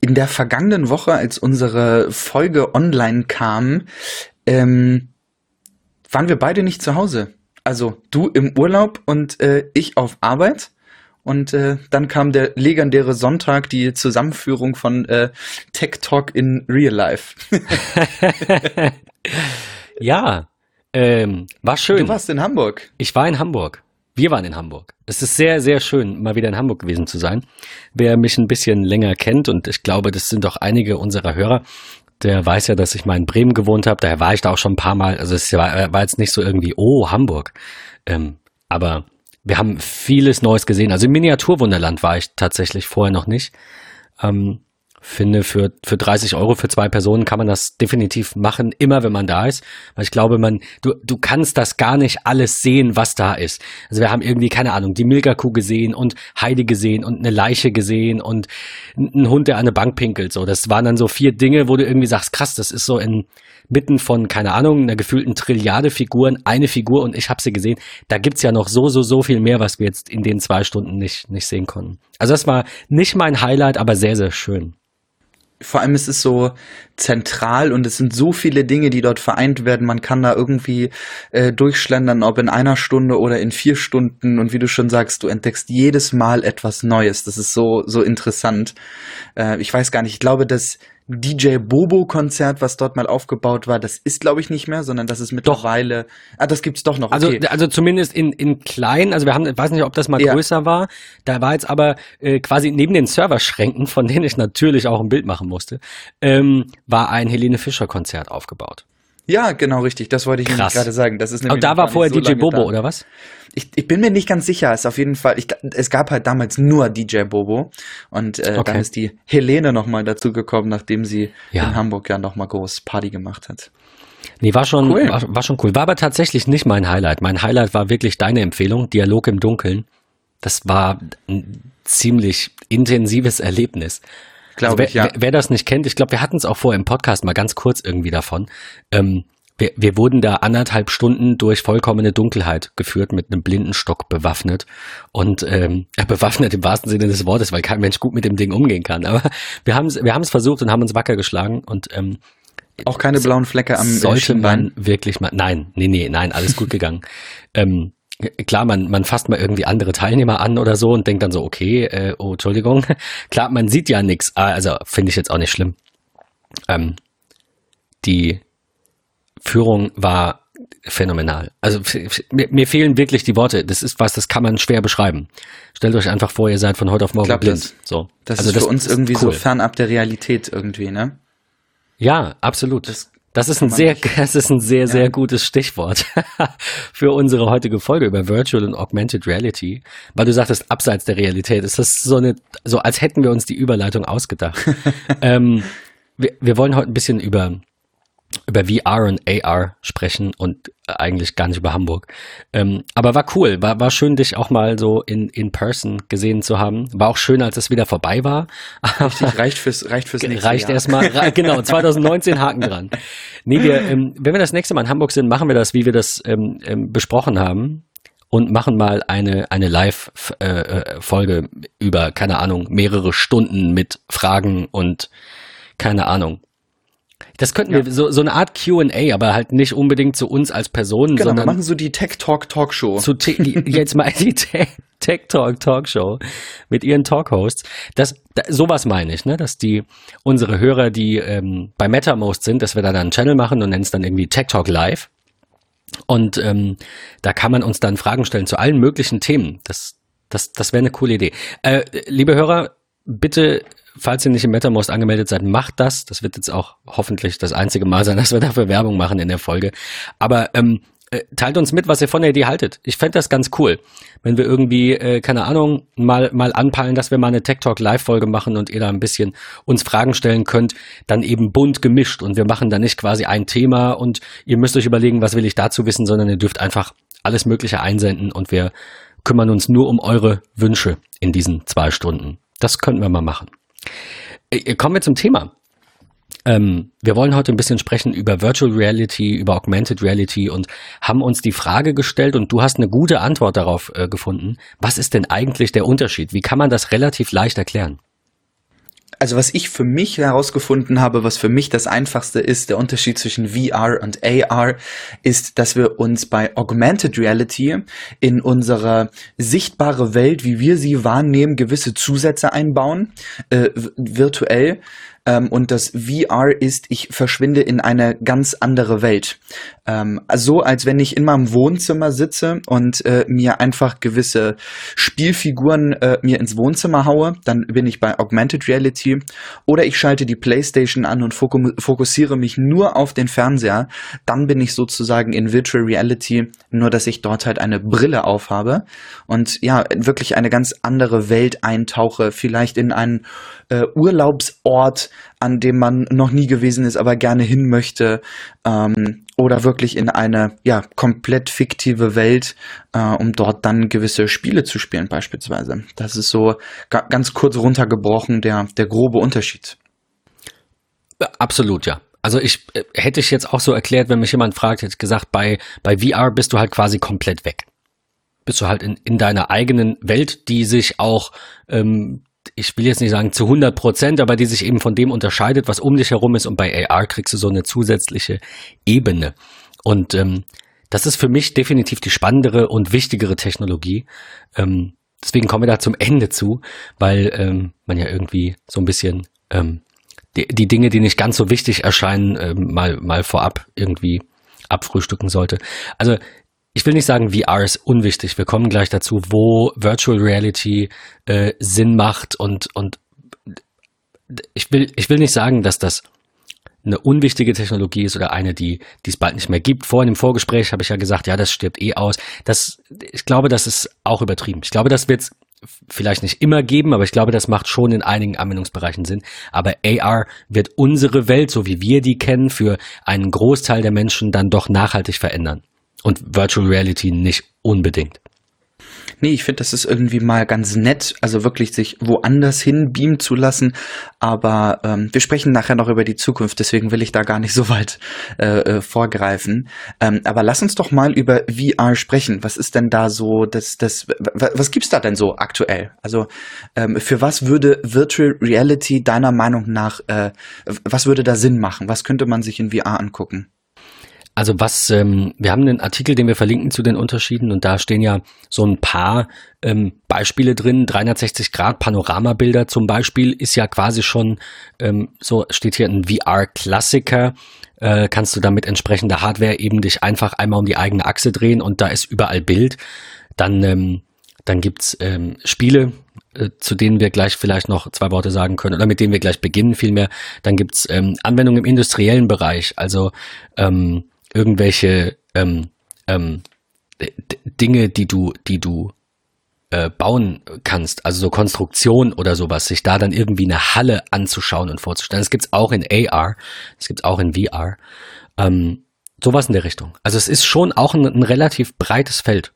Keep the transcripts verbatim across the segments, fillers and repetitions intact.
in der vergangenen Woche, als unsere Folge online kam, ähm, waren wir beide nicht zu Hause. Also du im Urlaub und äh, ich auf Arbeit. Und äh, dann kam der legendäre Sonntag, die Zusammenführung von äh, Tech Talk in Real Life. Ja, ähm, war schön. Du warst in Hamburg. Ich war in Hamburg. Wir waren in Hamburg. Es ist sehr, sehr schön, mal wieder in Hamburg gewesen zu sein. Wer mich ein bisschen länger kennt, und ich glaube, das sind auch einige unserer Hörer, der weiß ja, dass ich mal in Bremen gewohnt habe. Daher war ich da auch schon ein paar Mal. Also es war, war jetzt nicht so irgendwie, oh, Hamburg. Ähm, aber wir haben vieles Neues gesehen. Also im Miniaturwunderland war ich tatsächlich vorher noch nicht. Ähm, finde, für, für dreißig Euro für zwei Personen kann man das definitiv machen, immer wenn man da ist. Weil ich glaube, man, du, du kannst das gar nicht alles sehen, was da ist. Also wir haben irgendwie, keine Ahnung, die Milka-Kuh gesehen und Heidi gesehen und eine Leiche gesehen und einen Hund, der an eine Bank pinkelt. So, das waren dann so vier Dinge, wo du irgendwie sagst, krass, das ist so in mitten von, keine Ahnung, einer gefühlten Trilliarde Figuren, eine Figur und ich habe sie gesehen. Da gibt's ja noch so, so, so viel mehr, was wir jetzt in den zwei Stunden nicht, nicht sehen konnten. Also das war nicht mein Highlight, aber sehr, sehr schön. Vor allem ist es so zentral und es sind so viele Dinge, die dort vereint werden. Man kann da irgendwie äh, durchschlendern, ob in einer Stunde oder in vier Stunden. Und wie du schon sagst, du entdeckst jedes Mal etwas Neues. Das ist so so interessant. Äh, ich weiß gar nicht, ich glaube, das D J Bobo-Konzert, was dort mal aufgebaut war, das ist, glaube ich, nicht mehr, sondern das ist mittlerweile... Doch. Ah, das gibt's doch noch, okay. Also, also zumindest in, in klein, also wir haben, ich weiß nicht, ob das mal ja. größer war, da war jetzt aber äh, quasi neben den Serverschränken, von denen ich natürlich auch ein Bild machen musste, ähm, war ein Helene Fischer-Konzert aufgebaut. Ja, genau, richtig. Das wollte ich nämlich gerade sagen. Das ist nämlich Aber da war vorher so D J Bobo, da. Oder was? Ich, ich bin mir nicht ganz sicher. Es ist auf jeden Fall, ich, es gab halt damals nur D J Bobo. Und äh, okay. dann ist die Helene nochmal dazu gekommen, nachdem sie ja. in Hamburg ja nochmal groß Party gemacht hat. Nee, war schon, cool. war, war schon cool. War aber tatsächlich nicht mein Highlight. Mein Highlight war wirklich deine Empfehlung, Dialog im Dunkeln. Das war ein ziemlich intensives Erlebnis. Also wer, ich, ja. wer, wer das nicht kennt, ich glaube, wir hatten es auch vorher im Podcast mal ganz kurz irgendwie davon. Ähm, wir, wir wurden da anderthalb Stunden durch vollkommene Dunkelheit geführt, mit einem Blindenstock bewaffnet. Und ähm, bewaffnet im wahrsten Sinne des Wortes, weil kein Mensch gut mit dem Ding umgehen kann. Aber wir haben es wir haben es versucht und haben uns wacker geschlagen. Und ähm, auch keine blauen Flecke am sollte man wirklich mal. Nein, nee, nee, nein, alles gut gegangen. ähm, Klar, man, man fasst mal irgendwie andere Teilnehmer an oder so und denkt dann so, okay, äh, oh, Entschuldigung. Klar, man sieht ja nichts, also finde ich jetzt auch nicht schlimm. Ähm, die Führung war phänomenal. Also mir, mir fehlen wirklich die Worte. Das ist was, das kann man schwer beschreiben. Stellt euch einfach vor, ihr seid von heute auf morgen glaub, blind. Das, so. das also ist für das uns ist irgendwie cool. so fernab der Realität irgendwie, ne? Ja, absolut. Das Das ist ein sehr, das ist ein sehr, sehr ja. gutes Stichwort für unsere heutige Folge über Virtual und Augmented Reality. Weil du sagtest, abseits der Realität. Ist das so eine, so als hätten wir uns die Überleitung ausgedacht. ähm, wir, wir wollen heute ein bisschen über, über V R und A R sprechen und eigentlich gar nicht über Hamburg. Ähm, aber war cool, war, war schön, dich auch mal so in, in person gesehen zu haben. War auch schön, als es wieder vorbei war. Richtig, reicht fürs, reicht fürs nächste Reicht Jahr. erstmal, genau, zwanzig neunzehn Haken dran. Nee, wir, ähm, wenn wir das nächste Mal in Hamburg sind, machen wir das, wie wir das ähm, ähm, besprochen haben. Und machen mal eine, eine Live-Folge äh, über, keine Ahnung, mehrere Stunden mit Fragen und keine Ahnung. Das könnten ja. wir, so, so eine Art Q and A, aber halt nicht unbedingt zu uns als Personen, genau, sondern wir machen so die Tech Talk Talkshow. Zu te- die, jetzt mal die Te- Tech Talk Talkshow mit ihren Talkhosts. Das, da, sowas meine ich, ne, dass die, unsere Hörer, die ähm, bei MetaMost sind, dass wir da dann einen Channel machen und nennen es dann irgendwie Tech Talk Live. Und ähm, da kann man uns dann Fragen stellen zu allen möglichen Themen. Das, das, das wäre eine coole Idee. Äh, liebe Hörer, bitte, falls ihr nicht im MetaMost angemeldet seid, macht das. Das wird jetzt auch hoffentlich das einzige Mal sein, dass wir dafür Werbung machen in der Folge. Aber ähm, teilt uns mit, was ihr von der Idee haltet. Ich fände das ganz cool, wenn wir irgendwie, äh, keine Ahnung, mal mal anpeilen, dass wir mal eine Tech Talk Live-Folge machen und ihr da ein bisschen uns Fragen stellen könnt, dann eben bunt gemischt und wir machen da nicht quasi ein Thema und ihr müsst euch überlegen, was will ich dazu wissen, sondern ihr dürft einfach alles Mögliche einsenden und wir kümmern uns nur um eure Wünsche in diesen zwei Stunden. Das könnten wir mal machen. Äh, kommen wir zum Thema. Ähm, wir wollen heute ein bisschen sprechen über Virtual Reality, über Augmented Reality und haben uns die Frage gestellt und du hast eine gute Antwort darauf äh, gefunden. Was ist denn eigentlich der Unterschied? Wie kann man das relativ leicht erklären? also was ich für mich herausgefunden habe, was für mich das Einfachste ist, der Unterschied zwischen V R und A R, ist, dass wir uns bei Augmented Reality in unsere sichtbare Welt, wie wir sie wahrnehmen, gewisse Zusätze einbauen, äh, virtuell. Ähm, und das V R ist, ich verschwinde in eine ganz andere Welt. Ähm, so, als wenn ich in meinem Wohnzimmer sitze und äh, mir einfach gewisse Spielfiguren äh, mir ins Wohnzimmer haue, dann bin ich bei Augmented Reality. Oder ich schalte die PlayStation an und foku- fokussiere mich nur auf den Fernseher. Dann bin ich sozusagen in Virtual Reality, nur dass ich dort halt eine Brille aufhabe und ja, wirklich eine ganz andere Welt eintauche, vielleicht in einen äh, Urlaubsort, an dem man noch nie gewesen ist, aber gerne hin möchte, ähm, oder wirklich in eine ja komplett fiktive Welt, äh, um dort dann gewisse Spiele zu spielen beispielsweise. Das ist so ga- ganz kurz runtergebrochen der der grobe Unterschied. Absolut, ja. Also ich äh, hätte ich jetzt auch so erklärt, wenn mich jemand fragt, hätte ich gesagt, bei, bei V R bist du halt quasi komplett weg. Bist du halt in, in deiner eigenen Welt, die sich auch, ähm, ich will jetzt nicht sagen zu hundert Prozent, aber die sich eben von dem unterscheidet, was um dich herum ist. Und bei A R kriegst du so eine zusätzliche Ebene. Und ähm, das ist für mich definitiv die spannendere und wichtigere Technologie. Ähm, deswegen kommen wir da zum Ende zu, weil ähm, man ja irgendwie so ein bisschen ähm, die, die Dinge, die nicht ganz so wichtig erscheinen, ähm, mal, mal vorab irgendwie abfrühstücken sollte. Also ich will nicht sagen, V R ist unwichtig. Wir kommen gleich dazu, wo Virtual Reality äh, Sinn macht und und ich will ich will nicht sagen, dass das eine unwichtige Technologie ist oder eine, die die es bald nicht mehr gibt. Vorhin im Vorgespräch habe ich ja gesagt, ja, das stirbt eh aus. Das ich glaube, das ist auch übertrieben. Ich glaube, das wird es vielleicht nicht immer geben, aber ich glaube, das macht schon in einigen Anwendungsbereichen Sinn. Aber A R wird unsere Welt, so wie wir die kennen, für einen Großteil der Menschen dann doch nachhaltig verändern. Und Virtual Reality nicht unbedingt. Nee, ich finde, das ist irgendwie mal ganz nett, also wirklich sich woanders hin beamen zu lassen. Aber ähm, wir sprechen nachher noch über die Zukunft, deswegen will ich da gar nicht so weit äh, äh, vorgreifen. Ähm, aber lass uns doch mal über V R sprechen. Was ist denn da so, das, das, w- was gibt's da denn so aktuell? Also ähm, für was würde Virtual Reality deiner Meinung nach, äh, was würde da Sinn machen? Was könnte man sich in V R angucken? Also was, ähm, wir haben einen Artikel, den wir verlinken zu den Unterschieden und da stehen ja so ein paar ähm, Beispiele drin. dreihundertsechzig Grad Panoramabilder zum Beispiel ist ja quasi schon, ähm, so steht hier ein V R-Klassiker. Äh, kannst du dann mit entsprechender Hardware eben dich einfach einmal um die eigene Achse drehen und da ist überall Bild. Dann, ähm, dann gibt's ähm, Spiele, äh, zu denen wir gleich vielleicht noch zwei Worte sagen können oder mit denen wir gleich beginnen vielmehr. Dann gibt's ähm, Anwendungen im industriellen Bereich, also ähm, irgendwelche ähm, ähm, d- Dinge, die du, die du äh, bauen kannst, also so Konstruktion oder sowas, sich da dann irgendwie eine Halle anzuschauen und vorzustellen. Das gibt's auch in A R, das gibt's auch in V R. Ähm, sowas in der Richtung. Also es ist schon auch ein, ein relativ breites Feld.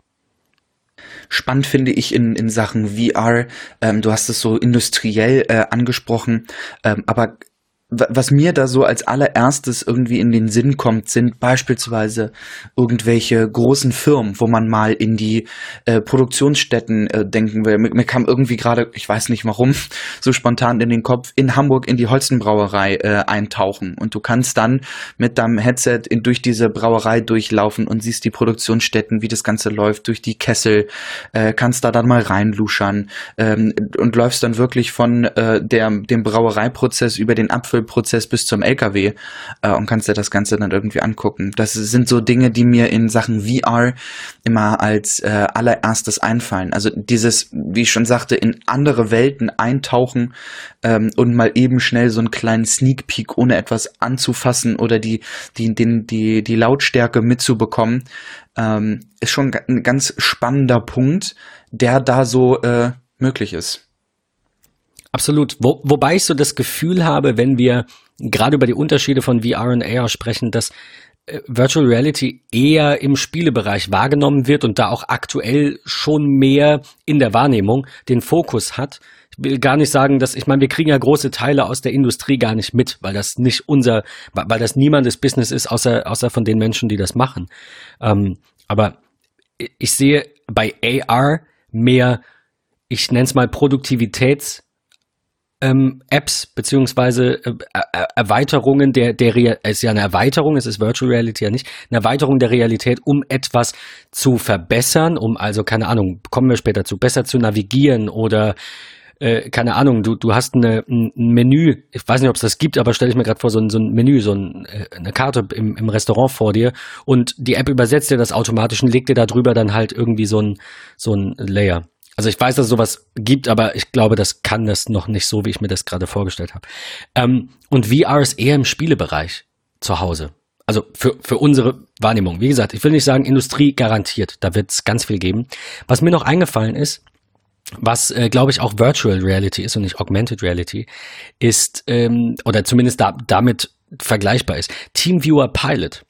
Spannend finde ich in, in Sachen V R, ähm, du hast es so industriell äh, angesprochen, ähm, aber wa- was mir da so als allererstes irgendwie in den Sinn kommt, sind beispielsweise irgendwelche großen Firmen, wo man mal in die äh, Produktionsstätten äh, denken will. Mir, mir kam irgendwie gerade, ich weiß nicht warum, so spontan in den Kopf, in Hamburg in die Holstenbrauerei äh, eintauchen. Und du kannst dann mit deinem Headset in, durch diese Brauerei durchlaufen und siehst die Produktionsstätten, wie das Ganze läuft, durch die Kessel, äh, kannst da dann mal reinluschern ähm, und läufst dann wirklich von äh, der, dem Brauereiprozess über den Apfelprozess bis zum L K W äh, und kannst dir das Ganze dann irgendwie angucken. Das sind so Dinge, die mir in Sachen V R immer als äh, allererstes einfallen. Also dieses, wie ich schon sagte, in andere Welten eintauchen ähm, und mal eben schnell so einen kleinen Sneak Peek, ohne etwas anzufassen oder die, die, den, die, die Lautstärke mitzubekommen, ähm, ist schon ga- ein ganz spannender Punkt, der da so äh, möglich ist. Absolut. Wo, wobei ich so das Gefühl habe, wenn wir gerade über die Unterschiede von V R und A R sprechen, dass äh, Virtual Reality eher im Spielebereich wahrgenommen wird und da auch aktuell schon mehr in der Wahrnehmung den Fokus hat. Ich will gar nicht sagen, dass, ich meine, wir kriegen ja große Teile aus der Industrie gar nicht mit, weil das nicht unser, weil das niemandes Business ist, außer, außer von den Menschen, die das machen. Ähm, aber ich sehe bei A R mehr, ich nenne es mal Produktivitäts- ähm, Apps beziehungsweise äh, Er- Erweiterungen der, der Real, es ist ja eine Erweiterung, es ist Virtual Reality ja nicht, eine Erweiterung der Realität, um etwas zu verbessern, um also, keine Ahnung, kommen wir später zu, besser zu navigieren oder äh, keine Ahnung, du, du hast eine, ein Menü, ich weiß nicht, ob es das gibt, aber stelle ich mir gerade vor, so ein, so ein Menü, so ein, äh, eine Karte im, im Restaurant vor dir und die App übersetzt dir das automatisch und legt dir da drüber dann halt irgendwie so ein, so ein Layer. Also ich weiß, dass es sowas gibt, aber ich glaube, das kann das noch nicht so, wie ich mir das gerade vorgestellt habe. Ähm, und V R ist eher im Spielebereich zu Hause. Also für, für unsere Wahrnehmung. Wie gesagt, ich will nicht sagen Industrie garantiert, da wird es ganz viel geben. Was mir noch eingefallen ist, was, äh, glaube ich, auch Virtual Reality ist und nicht Augmented Reality, ist, ähm, oder zumindest da, damit vergleichbar ist, TeamViewer Pilot,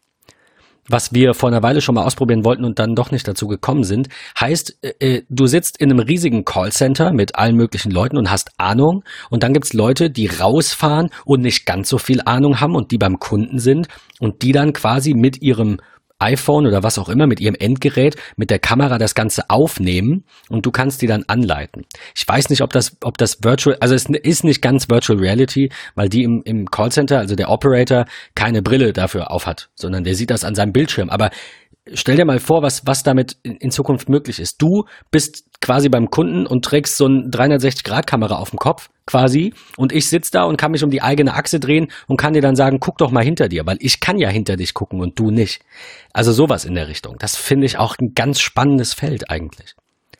was wir vor einer Weile schon mal ausprobieren wollten und dann doch nicht dazu gekommen sind, heißt, äh, du sitzt in einem riesigen Callcenter mit allen möglichen Leuten und hast Ahnung und dann gibt's Leute, die rausfahren und nicht ganz so viel Ahnung haben und die beim Kunden sind und die dann quasi mit ihrem iPhone oder was auch immer, mit ihrem Endgerät, mit der Kamera das Ganze aufnehmen und du kannst die dann anleiten. Ich weiß nicht, ob das, ob das Virtual, also es ist nicht ganz Virtual Reality, weil die im, im Callcenter, also der Operator, keine Brille dafür aufhat, sondern der sieht das an seinem Bildschirm. Aber stell dir mal vor, was, was damit in, in Zukunft möglich ist. Du bist quasi beim Kunden und trägst so eine dreihundertsechzig-Grad-Kamera auf dem Kopf quasi und ich sitze da und kann mich um die eigene Achse drehen und kann dir dann sagen, guck doch mal hinter dir, weil ich kann ja hinter dich gucken und du nicht. Also sowas in der Richtung. Das finde ich auch ein ganz spannendes Feld eigentlich.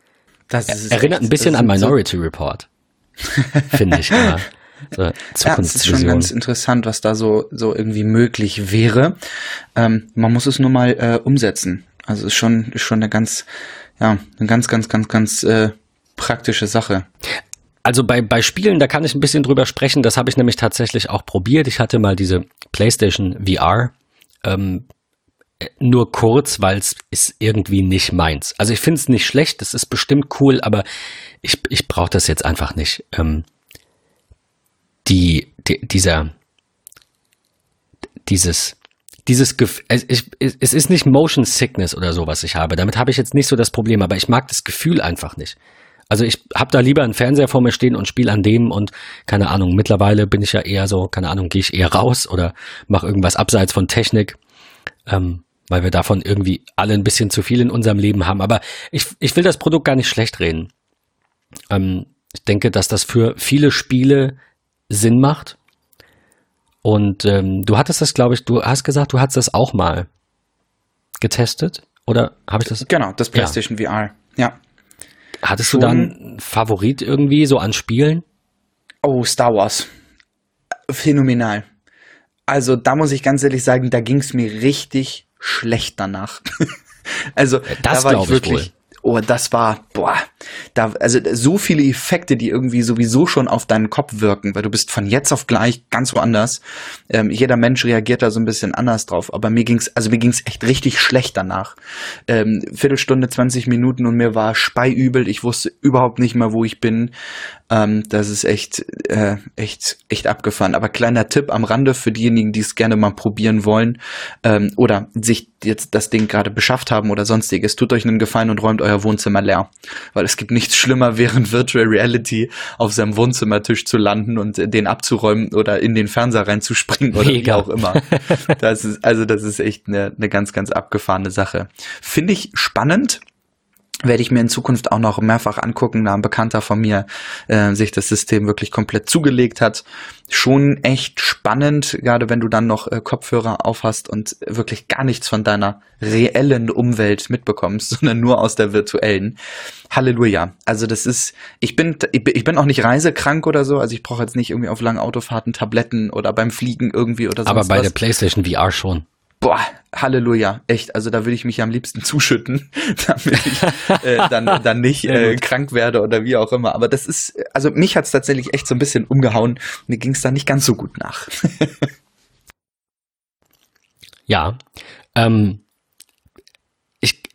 Das ist Erinnert echt, ein bisschen das an sind so- Minority Report, finde ich immer. So, Ja, es ist schon Zukunftsvision. ganz interessant, was da so, so irgendwie möglich wäre. Ähm, man muss es nur mal äh, umsetzen. Also ist schon, ist schon eine ganz, ja, eine ganz, ganz, ganz, ganz äh, praktische Sache. Also bei, bei Spielen, da kann ich ein bisschen drüber sprechen. Das habe ich nämlich tatsächlich auch probiert. Ich hatte mal diese PlayStation V R, ähm, nur kurz, weil es ist irgendwie nicht meins. Also ich finde es nicht schlecht, das ist bestimmt cool, aber ich, ich brauche das jetzt einfach nicht. Ähm, die, die, dieser, dieses, dieses Gefühl, es, ich, es ist nicht Motion Sickness oder so, was ich habe. Damit habe ich jetzt nicht so das Problem, aber ich mag das Gefühl einfach nicht. Also ich habe da lieber einen Fernseher vor mir stehen und spiele an dem und keine Ahnung, mittlerweile bin ich ja eher so, keine Ahnung, gehe ich eher raus oder mache irgendwas abseits von Technik, ähm, weil wir davon irgendwie alle ein bisschen zu viel in unserem Leben haben. Aber ich, ich will das Produkt gar nicht schlecht reden. Ähm, ich denke, dass das für viele Spiele Sinn macht. Und ähm, du hattest das, glaube ich, du hast gesagt, du hattest das auch mal getestet? Oder habe ich das? Genau, das PlayStation V R. Ja. Hattest Schon- du dann einen Favorit irgendwie so an Spielen? Oh, Star Wars. Phänomenal. Also da muss ich ganz ehrlich sagen, da ging es mir richtig schlecht danach. Also Das da war glaub ich ich wirklich. wohl. Oh, das war, boah, da, also so viele Effekte, die irgendwie sowieso schon auf deinen Kopf wirken, weil du bist von jetzt auf gleich ganz woanders. Ähm, jeder Mensch reagiert da so ein bisschen anders drauf, aber mir ging's, also mir ging's echt richtig schlecht danach. Ähm, Viertelstunde, zwanzig Minuten und mir war speiübel, ich wusste überhaupt nicht mehr, wo ich bin. Ähm, das ist echt, äh, echt, echt abgefahren. Aber kleiner Tipp am Rande für diejenigen, die es gerne mal probieren wollen, ähm, oder sich jetzt das Ding gerade beschafft haben oder sonstiges, tut euch einen Gefallen und räumt euer Wohnzimmer leer. Weil es gibt nichts schlimmer, während Virtual Reality auf seinem Wohnzimmertisch zu landen und den abzuräumen oder in den Fernseher reinzuspringen oder Mega. wie auch immer. Das ist, also das ist echt eine, eine ganz, ganz abgefahrene Sache. Finde ich spannend. Werde ich mir in Zukunft auch noch mehrfach angucken, da ein Bekannter von mir äh, sich das System wirklich komplett zugelegt hat. Schon echt spannend, gerade wenn du dann noch äh, Kopfhörer aufhast und wirklich gar nichts von deiner reellen Umwelt mitbekommst, sondern nur aus der virtuellen. Halleluja. Also das ist, ich bin, ich bin auch nicht reisekrank oder so, also ich brauche jetzt nicht irgendwie auf langen Autofahrten Tabletten oder beim Fliegen irgendwie oder sonst Aber bei was. der PlayStation V R schon. Boah, Halleluja, echt, also da würde ich mich am liebsten zuschütten, damit ich äh, dann, dann nicht äh, krank werde oder wie auch immer. Aber das ist, also mich hat's tatsächlich echt so ein bisschen umgehauen. Mir ging's da nicht ganz so gut nach. Ja. Ähm, ich,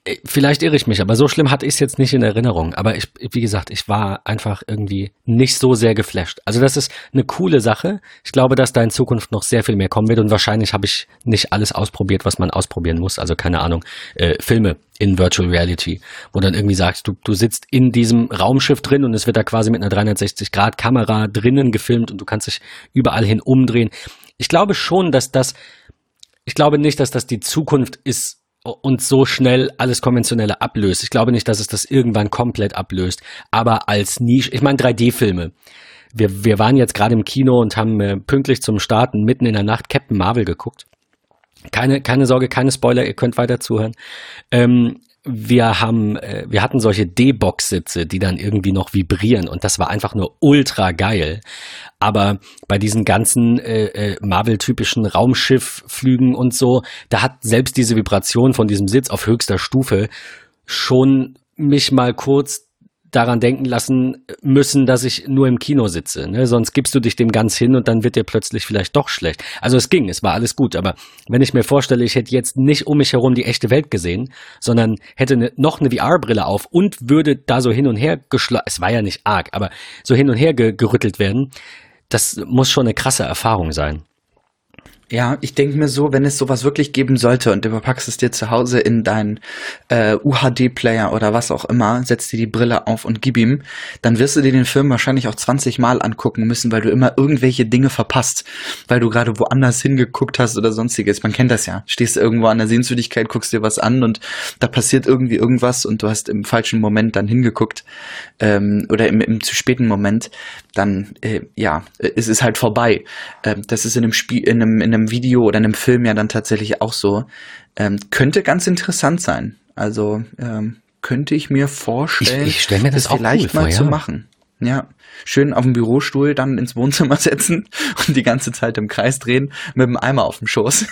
Vielleicht irre ich mich, aber so schlimm hatte ich es jetzt nicht in Erinnerung. Aber ich, wie gesagt, ich war einfach irgendwie nicht so sehr geflasht. Also das ist eine coole Sache. Ich glaube, dass da in Zukunft noch sehr viel mehr kommen wird und wahrscheinlich habe ich nicht alles ausprobiert, was man ausprobieren muss. Also keine Ahnung, äh, Filme in Virtual Reality, wo dann irgendwie sagst, du, du sitzt in diesem Raumschiff drin und es wird da quasi mit einer dreihundertsechzig Grad Kamera drinnen gefilmt und du kannst dich überall hin umdrehen. Ich glaube schon, dass das, ich glaube nicht, dass das die Zukunft ist, und so schnell alles Konventionelle ablöst. Ich glaube nicht, dass es das irgendwann komplett ablöst, aber als Nische, ich meine drei D-Filme. Wir, wir waren jetzt gerade im Kino und haben äh, pünktlich zum Starten mitten in der Nacht Captain Marvel geguckt. Keine, keine Sorge, keine Spoiler, ihr könnt weiter zuhören. Ähm, wir haben, äh, wir hatten solche D-Box-Sitze, die dann irgendwie noch vibrieren und das war einfach nur ultra geil. Aber bei diesen ganzen äh, äh, Marvel-typischen Raumschiffflügen und so, da hat selbst diese Vibration von diesem Sitz auf höchster Stufe schon mich mal kurz daran denken lassen müssen, dass ich nur im Kino sitze. Ne? Sonst gibst du dich dem ganz hin und dann wird dir plötzlich vielleicht doch schlecht. Also es ging, es war alles gut. Aber wenn ich mir vorstelle, ich hätte jetzt nicht um mich herum die echte Welt gesehen, sondern hätte ne, noch eine V R-Brille auf und würde da so hin und her geschlagen, es war ja nicht arg, aber so hin und her ge- gerüttelt werden, das muss schon eine krasse Erfahrung sein. Ja, ich denke mir so, wenn es sowas wirklich geben sollte und du packst es dir zu Hause in deinen äh, U H D-Player oder was auch immer, setzt dir die Brille auf und gib ihm, dann wirst du dir den Film wahrscheinlich auch zwanzig Mal angucken müssen, weil du immer irgendwelche Dinge verpasst, weil du gerade woanders hingeguckt hast oder sonstiges. Man kennt das ja. Stehst irgendwo an der Sehenswürdigkeit, guckst dir was an und da passiert irgendwie irgendwas und du hast im falschen Moment dann hingeguckt ähm, oder im, im zu späten Moment, dann äh, ja, es ist halt vorbei. Ähm, das ist in einem Spiel, in einem, in einem Video oder in einem Film ja dann tatsächlich auch so. Ähm, könnte ganz interessant sein. Also ähm, könnte ich mir vorstellen, ich, ich stell mir das, das auch vielleicht cool mal vor, zu ja. machen. Ja, schön auf dem Bürostuhl dann ins Wohnzimmer setzen und die ganze Zeit im Kreis drehen mit dem Eimer auf dem Schoß.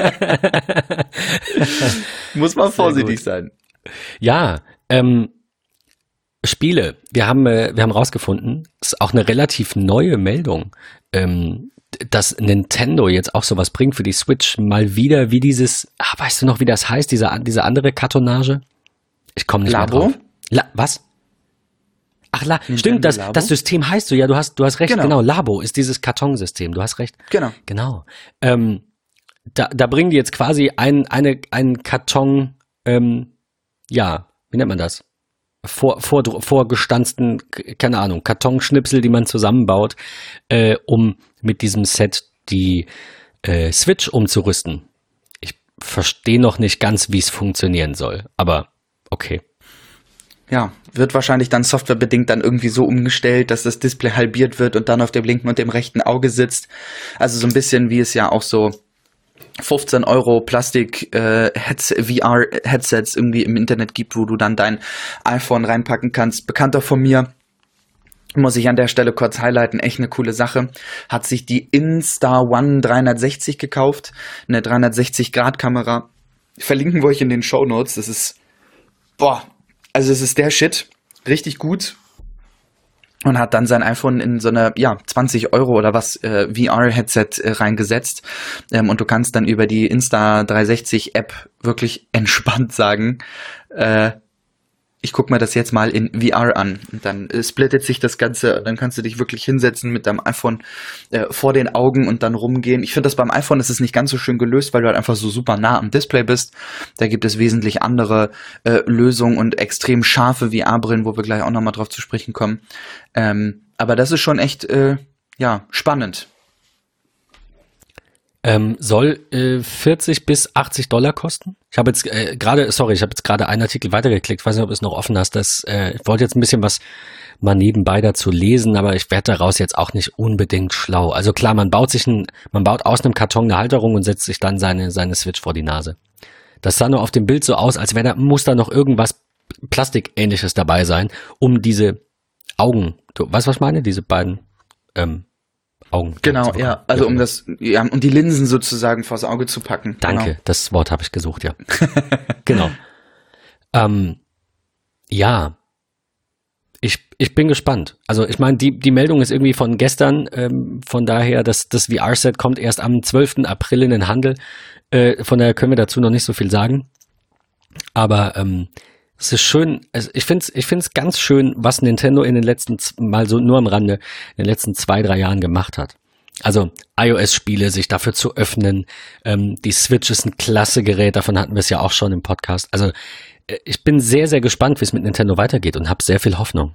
Muss man vorsichtig sein. Ja, ähm, Spiele. Wir haben, äh, wir haben rausgefunden, das ist auch eine relativ neue Meldung, ähm, dass Nintendo jetzt auch sowas bringt für die Switch, mal wieder wie dieses, ah, weißt du noch, wie das heißt, diese, diese andere Kartonage? Ich komme nicht Labo? mehr drauf. La, was? Ach, La, Nintendo stimmt, das, Labo? das System heißt so, ja, du hast, du hast recht, Genau. genau. Labo ist dieses Kartonsystem, du hast recht. Genau. Genau. Ähm, da, da bringen die jetzt quasi ein, eine, einen Karton, ähm, ja, wie nennt man das? Vor, vor, vorgestanzten, keine Ahnung, Kartonschnipsel, die man zusammenbaut, äh, um mit diesem Set die äh, Switch umzurüsten. Ich verstehe noch nicht ganz, wie es funktionieren soll, aber okay. Ja, wird wahrscheinlich dann softwarebedingt dann irgendwie so umgestellt, dass das Display halbiert wird und dann auf dem linken und dem rechten Auge sitzt. Also so ein bisschen wie es ja auch so fünfzehn Euro Plastik äh, Heads- V R-Headsets irgendwie im Internet gibt, wo du dann dein iPhone reinpacken kannst. Bekannter von mir, muss ich an der Stelle kurz highlighten, echt eine coole Sache, hat sich die Insta One dreihundertsechzig gekauft, eine dreihundertsechzig Grad Kamera. Verlinken wir euch in den Shownotes, das ist, boah, also es ist der Shit, richtig gut. Und hat dann sein iPhone in so eine, ja, zwanzig Euro oder was, äh, V R-Headset äh, reingesetzt. Ähm, und du kannst dann über die Insta dreihundertsechzig App wirklich entspannt sagen, äh, ich guck mir das jetzt mal in V R an. Und dann äh, splittet sich das Ganze, dann kannst du dich wirklich hinsetzen mit deinem iPhone äh, vor den Augen und dann rumgehen. Ich finde das beim iPhone ist es nicht ganz so schön gelöst, weil du halt einfach so super nah am Display bist. Da gibt es wesentlich andere äh, Lösungen und extrem scharfe V R-Brillen, wo wir gleich auch nochmal drauf zu sprechen kommen. Ähm, aber das ist schon echt, äh, ja, spannend. Ähm, soll äh, vierzig bis achtzig Dollar kosten. Ich habe jetzt äh, gerade, sorry, ich habe jetzt gerade einen Artikel weitergeklickt. Ich weiß nicht, ob du es noch offen hast. Das, äh, ich wollte jetzt ein bisschen was mal nebenbei dazu lesen, aber ich werde daraus jetzt auch nicht unbedingt schlau. Also klar, man baut sich ein, man baut aus einem Karton eine Halterung und setzt sich dann seine seine Switch vor die Nase. Das sah nur auf dem Bild so aus, als wäre da muss da noch irgendwas Plastikähnliches dabei sein, um diese Augen, du weißt, was ich meine? Diese beiden ähm, Augen. Genau, ja. Also um das, ja, um die Linsen sozusagen vors Auge zu packen. Danke, genau. Das Wort habe ich gesucht, ja. Genau. Ähm, ja. Ich, ich bin gespannt. Also ich meine, die, die Meldung ist irgendwie von gestern, ähm, von daher, dass das V R-Set kommt erst am zwölften April in den Handel. Äh, von daher können wir dazu noch nicht so viel sagen. Aber ähm, es ist schön, also ich finde es ich find's ganz schön, was Nintendo in den letzten, mal so nur am Rande, in den letzten zwei, drei Jahren gemacht hat. Also iOS-Spiele, sich dafür zu öffnen. Ähm, die Switch ist ein klasse Gerät, davon hatten wir es ja auch schon im Podcast. Also äh, ich bin sehr, sehr gespannt, wie es mit Nintendo weitergeht und habe sehr viel Hoffnung.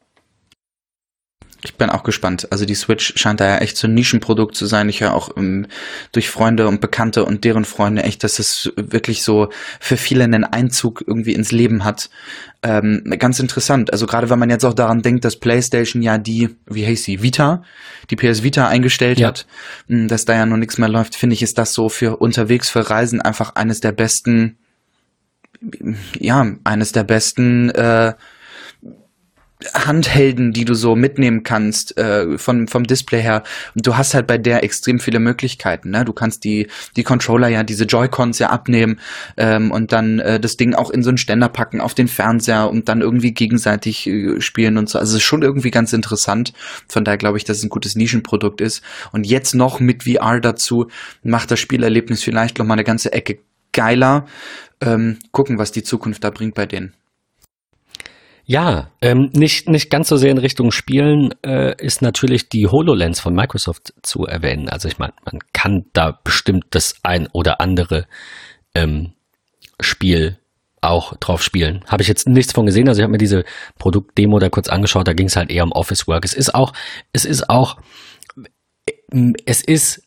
Ich bin auch gespannt. Also die Switch scheint da ja echt so ein Nischenprodukt zu sein. Ich höre auch ähm, durch Freunde und Bekannte und deren Freunde echt, dass es wirklich so für viele einen Einzug irgendwie ins Leben hat. Ähm, ganz interessant. Also gerade wenn man jetzt auch daran denkt, dass PlayStation ja die, wie heißt sie, Vita, die P S Vita eingestellt Ja. hat, mh, dass da ja noch nichts mehr läuft, finde ich, ist das so für unterwegs, für Reisen einfach eines der besten, ja, eines der besten äh, Handhelden, die du so mitnehmen kannst, äh, von, vom Display her. Und du hast halt bei der extrem viele Möglichkeiten, ne? Du kannst die, die Controller ja, diese Joy-Cons ja abnehmen, ähm, und dann äh, das Ding auch in so einen Ständer packen auf den Fernseher und dann irgendwie gegenseitig äh, spielen und so. Also es ist schon irgendwie ganz interessant. Von daher glaube ich, dass es ein gutes Nischenprodukt ist. Und jetzt noch mit V R dazu macht das Spielerlebnis vielleicht noch mal eine ganze Ecke geiler. Ähm, gucken, was die Zukunft da bringt bei denen. Ja, ähm, nicht, nicht ganz so sehr in Richtung Spielen äh, ist natürlich die HoloLens von Microsoft zu erwähnen. Also ich meine, man kann da bestimmt das ein oder andere ähm, Spiel auch drauf spielen. Habe ich jetzt nichts von gesehen. Also ich habe mir diese Produktdemo da kurz angeschaut, da ging es halt eher um Office Work. Es ist auch, es ist auch, es ist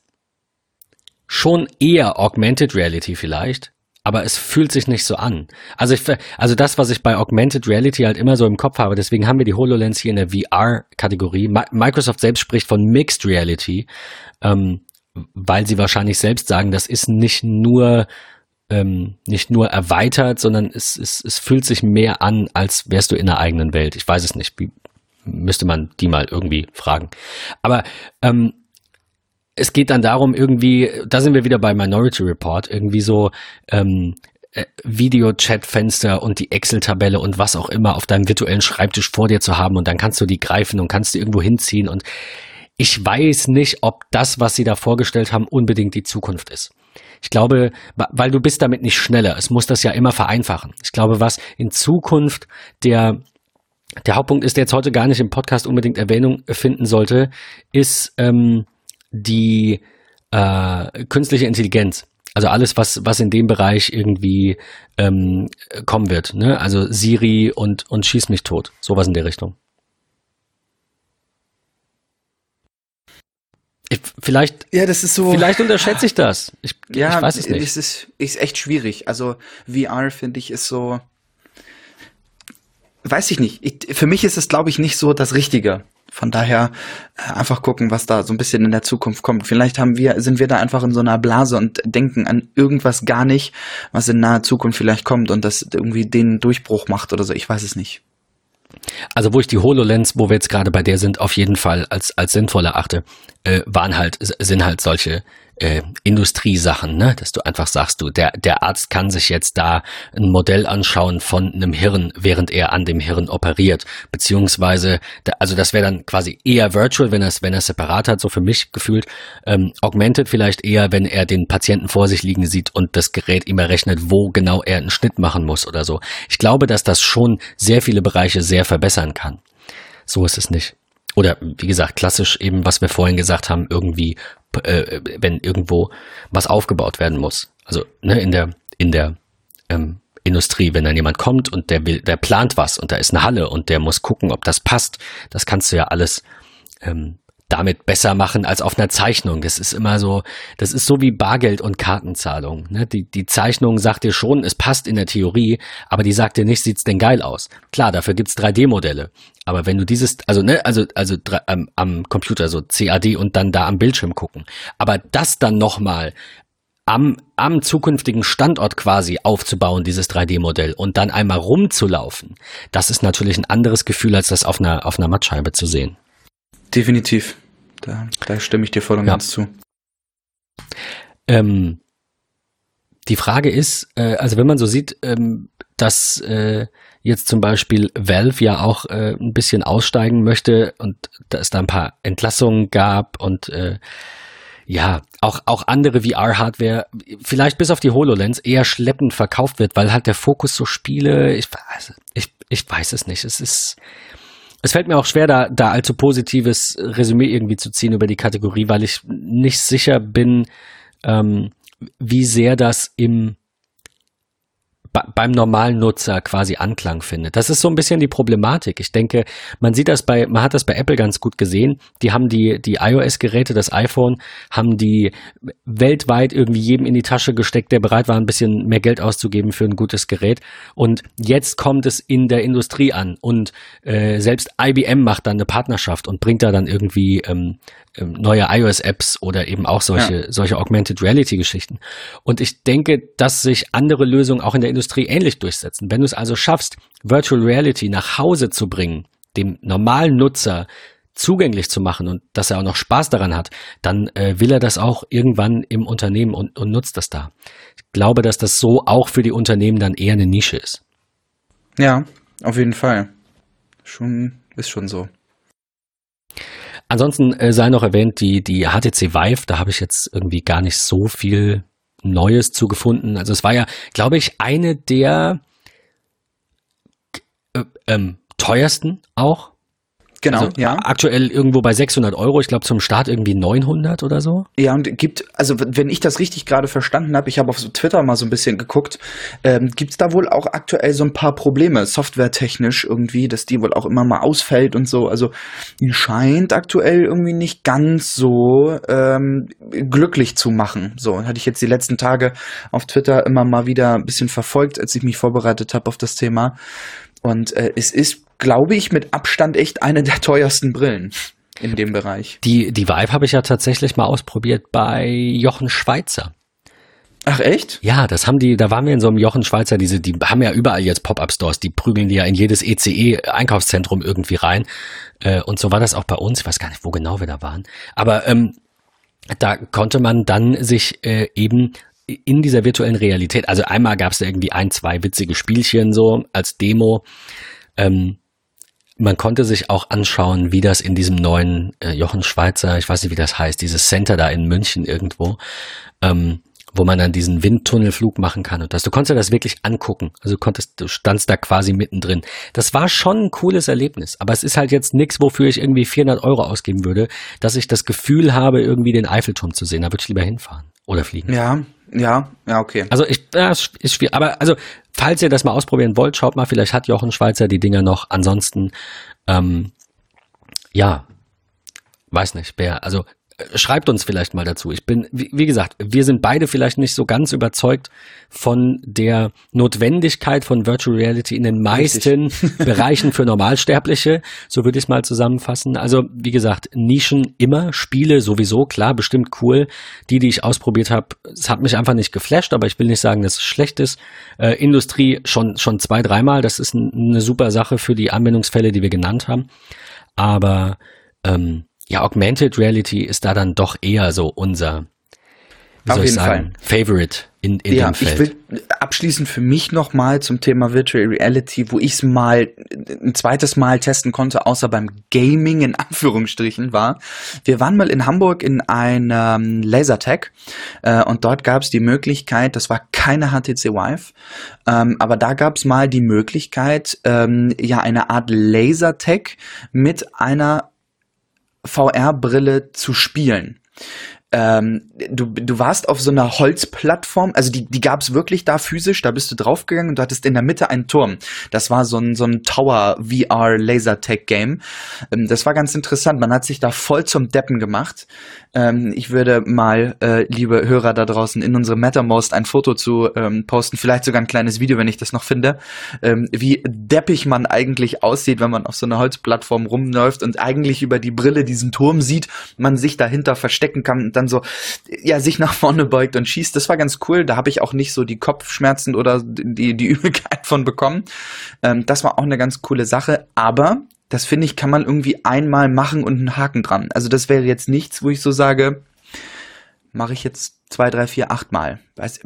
schon eher Augmented Reality vielleicht, aber es fühlt sich nicht so an. Also ich, also das, was ich bei Augmented Reality halt immer so im Kopf habe, deswegen haben wir die HoloLens hier in der V R-Kategorie. Microsoft selbst spricht von Mixed Reality, ähm, weil sie wahrscheinlich selbst sagen, das ist nicht nur ähm, nicht nur erweitert, sondern es, es, es fühlt sich mehr an, als wärst du in der eigenen Welt. Ich weiß es nicht, wie, müsste man die mal irgendwie fragen. Aber ähm, es geht dann darum, irgendwie, da sind wir wieder bei Minority Report, irgendwie so ähm, äh, Video-Chat-Fenster und die Excel-Tabelle und was auch immer auf deinem virtuellen Schreibtisch vor dir zu haben und dann kannst du die greifen und kannst die irgendwo hinziehen und ich weiß nicht, ob das, was sie da vorgestellt haben, unbedingt die Zukunft ist. Ich glaube, weil du bist damit nicht schneller. Es muss das ja immer vereinfachen. Ich glaube, was in Zukunft der der Hauptpunkt ist, der jetzt heute gar nicht im Podcast unbedingt Erwähnung finden sollte, ist ähm, die äh, künstliche Intelligenz. Also alles, was was in dem Bereich irgendwie ähm, kommen wird. Ne? Also Siri und und schieß mich tot. Sowas in der Richtung. Ich, vielleicht, ja, das ist so. Vielleicht unterschätze ich das. Ich, ja, ich weiß es nicht. Es ist, ist echt schwierig. Also V R finde ich ist so. Weiß ich nicht. Ich, für mich ist es, glaube ich, nicht so das Richtige. Von daher äh, einfach gucken, was da so ein bisschen in der Zukunft kommt. Vielleicht haben wir, sind wir da einfach in so einer Blase und denken an irgendwas gar nicht, was in naher Zukunft vielleicht kommt und das irgendwie den Durchbruch macht oder so. Ich weiß es nicht. Also wo ich die HoloLens, wo wir jetzt gerade bei der sind, auf jeden Fall als als sinnvoll erachte, äh, waren halt sind halt solche äh, Industriesachen, ne, dass du einfach sagst, du der der Arzt kann sich jetzt da ein Modell anschauen von einem Hirn, während er an dem Hirn operiert, beziehungsweise da, also das wäre dann quasi eher virtual, wenn er es wenn er separat hat, so für mich gefühlt, ähm, augmented vielleicht eher, wenn er den Patienten vor sich liegen sieht und das Gerät ihm errechnet, wo genau er einen Schnitt machen muss oder so. Ich glaube, dass das schon sehr viele Bereiche sehr verbessern kann. So ist es nicht. Oder wie gesagt, klassisch eben, was wir vorhin gesagt haben, irgendwie, äh, wenn irgendwo was aufgebaut werden muss. Also ne, in der in der ähm, Industrie, wenn dann jemand kommt und der will, der plant was und da ist eine Halle und der muss gucken, ob das passt. Das kannst du ja alles ähm, damit besser machen als auf einer Zeichnung. Das ist immer so, das ist so wie Bargeld und Kartenzahlung. Ne? Die, die Zeichnung sagt dir schon, es passt in der Theorie, aber die sagt dir nicht, sieht's denn geil aus. Klar, dafür gibt's drei D-Modelle. Aber wenn du dieses, also ne, also also am, am Computer so C A D und dann da am Bildschirm gucken, aber das dann nochmal am am zukünftigen Standort quasi aufzubauen, dieses drei D-Modell und dann einmal rumzulaufen, das ist natürlich ein anderes Gefühl, als das auf einer auf einer Mattscheibe zu sehen. Definitiv. Da, da stimme ich dir voll und ja. ganz zu. Ähm, die Frage ist, äh, also wenn man so sieht, ähm, dass äh, jetzt zum Beispiel Valve ja auch äh, ein bisschen aussteigen möchte und da es da ein paar Entlassungen gab und äh, ja, auch, auch andere V R-Hardware, vielleicht bis auf die HoloLens, eher schleppend verkauft wird, weil halt der Fokus so Spiele, ich weiß, ich, ich weiß es nicht. Es ist, es fällt mir auch schwer, da, da allzu positives Resümee irgendwie zu ziehen über die Kategorie, weil ich nicht sicher bin, ähm, wie sehr das im beim normalen Nutzer quasi Anklang findet. Das ist so ein bisschen die Problematik. Ich denke, man sieht das bei, man hat das bei Apple ganz gut gesehen. Die haben die, die iOS-Geräte, das iPhone, haben die weltweit irgendwie jedem in die Tasche gesteckt, der bereit war, ein bisschen mehr Geld auszugeben für ein gutes Gerät. Und jetzt kommt es in der Industrie an. Und äh, selbst I B M macht dann eine Partnerschaft und bringt da dann irgendwie ähm, neue iOS-Apps oder eben auch solche, ja. solche Augmented Reality-Geschichten. Und ich denke, dass sich andere Lösungen auch in der Industrie ähnlich durchsetzen. Wenn du es also schaffst, Virtual Reality nach Hause zu bringen, dem normalen Nutzer zugänglich zu machen und dass er auch noch Spaß daran hat, dann äh, will er das auch irgendwann im Unternehmen und, und nutzt das da. Ich glaube, dass das so auch für die Unternehmen dann eher eine Nische ist. Ja, auf jeden Fall. Schon, ist schon so. Ansonsten äh, sei noch erwähnt, die, die H T C Vive, da habe ich jetzt irgendwie gar nicht so viel Neues zu gefunden. Also es war ja, glaube ich, eine der äh, ähm, teuersten auch. Genau, also ja. Aktuell irgendwo bei sechshundert Euro, ich glaube zum Start irgendwie neunhundert oder so. Ja, und gibt, also wenn ich das richtig gerade verstanden habe, ich habe auf so Twitter mal so ein bisschen geguckt, ähm, gibt es da wohl auch aktuell so ein paar Probleme, softwaretechnisch irgendwie, dass die wohl auch immer mal ausfällt und so. Also die scheint aktuell irgendwie nicht ganz so ähm, glücklich zu machen. So, hatte ich jetzt die letzten Tage auf Twitter immer mal wieder ein bisschen verfolgt, als ich mich vorbereitet habe auf das Thema. Und äh, es ist, glaube ich, mit Abstand echt eine der teuersten Brillen in dem Bereich. Die, die Vive habe ich ja tatsächlich mal ausprobiert bei Jochen Schweizer. Ach echt? Ja, das haben die, da waren wir in so einem Jochen Schweizer, diese, die haben ja überall jetzt Pop-Up-Stores, die prügeln die ja in jedes E C E-Einkaufszentrum irgendwie rein. Äh, und so war das auch bei uns, ich weiß gar nicht, wo genau wir da waren. Aber ähm, da konnte man dann sich äh, eben in dieser virtuellen Realität, also einmal gab es da irgendwie ein, zwei witzige Spielchen so als Demo. Ähm, man konnte sich auch anschauen, wie das in diesem neuen äh, Jochen Schweizer, ich weiß nicht, wie das heißt, dieses Center da in München irgendwo, ähm, wo man dann diesen Windtunnelflug machen kann und das. Du konntest dir das wirklich angucken. Also du konntest, du standst da quasi mittendrin. Das war schon ein cooles Erlebnis, aber es ist halt jetzt nichts, wofür ich irgendwie vierhundert Euro ausgeben würde, dass ich das Gefühl habe, irgendwie den Eiffelturm zu sehen. Da würde ich lieber hinfahren oder fliegen. Ja, ja, ja, okay. Also ich, ja, ist schwierig. Aber also, falls ihr das mal ausprobieren wollt, schaut mal, vielleicht hat Jochen Schweizer die Dinger noch. Ansonsten, ähm, ja, weiß nicht, wer, also schreibt uns vielleicht mal dazu. Ich bin, wie, wie gesagt, wir sind beide vielleicht nicht so ganz überzeugt von der Notwendigkeit von Virtual Reality in den meisten Bereichen für Normalsterbliche. So würde ich es mal zusammenfassen. Also, wie gesagt, Nischen immer, Spiele sowieso, klar, bestimmt cool. Die, die ich ausprobiert habe, es hat mich einfach nicht geflasht, aber ich will nicht sagen, dass es schlecht ist. Äh, Industrie schon, schon zwei, dreimal. Das ist ein, eine super Sache für die Anwendungsfälle, die wir genannt haben. Aber, ähm, ja, Augmented Reality ist da dann doch eher so unser, wie Auf soll ich jeden sagen, Fall. Favorite in, in Ja, dem Feld. ich will abschließend für mich nochmal zum Thema Virtual Reality, wo ich es mal ein zweites Mal testen konnte, außer beim Gaming in Anführungsstrichen war. Wir waren mal in Hamburg in einem Lasertag äh, und dort gab es die Möglichkeit, das war keine H T C Vive, ähm, aber da gab es mal die Möglichkeit, ähm, ja eine Art Lasertag mit einer V R-Brille zu spielen. Ähm, du, du warst auf so einer Holzplattform, also die, die gab es wirklich da physisch, da bist du draufgegangen und du hattest in der Mitte einen Turm. Das war so ein, so ein Tower-V R-Lasertag-Game. Ähm, das war ganz interessant, man hat sich da voll zum Deppen gemacht. Ähm, ich würde mal, äh, liebe Hörer da draußen, in unsere Mattermost ein Foto zu ähm, posten, vielleicht sogar ein kleines Video, wenn ich das noch finde, ähm, wie deppig man eigentlich aussieht, wenn man auf so einer Holzplattform rumläuft und eigentlich über die Brille diesen Turm sieht, man sich dahinter verstecken kann und dann so, ja, sich nach vorne beugt und schießt. Das war ganz cool. Da habe ich auch nicht so die Kopfschmerzen oder die, die Übelkeit von bekommen. Ähm, das war auch eine ganz coole Sache. Aber das, finde ich, kann man irgendwie einmal machen und einen Haken dran. Also das wäre jetzt nichts, wo ich so sage, mache ich jetzt zwei, drei, vier, acht Mal. Weiß,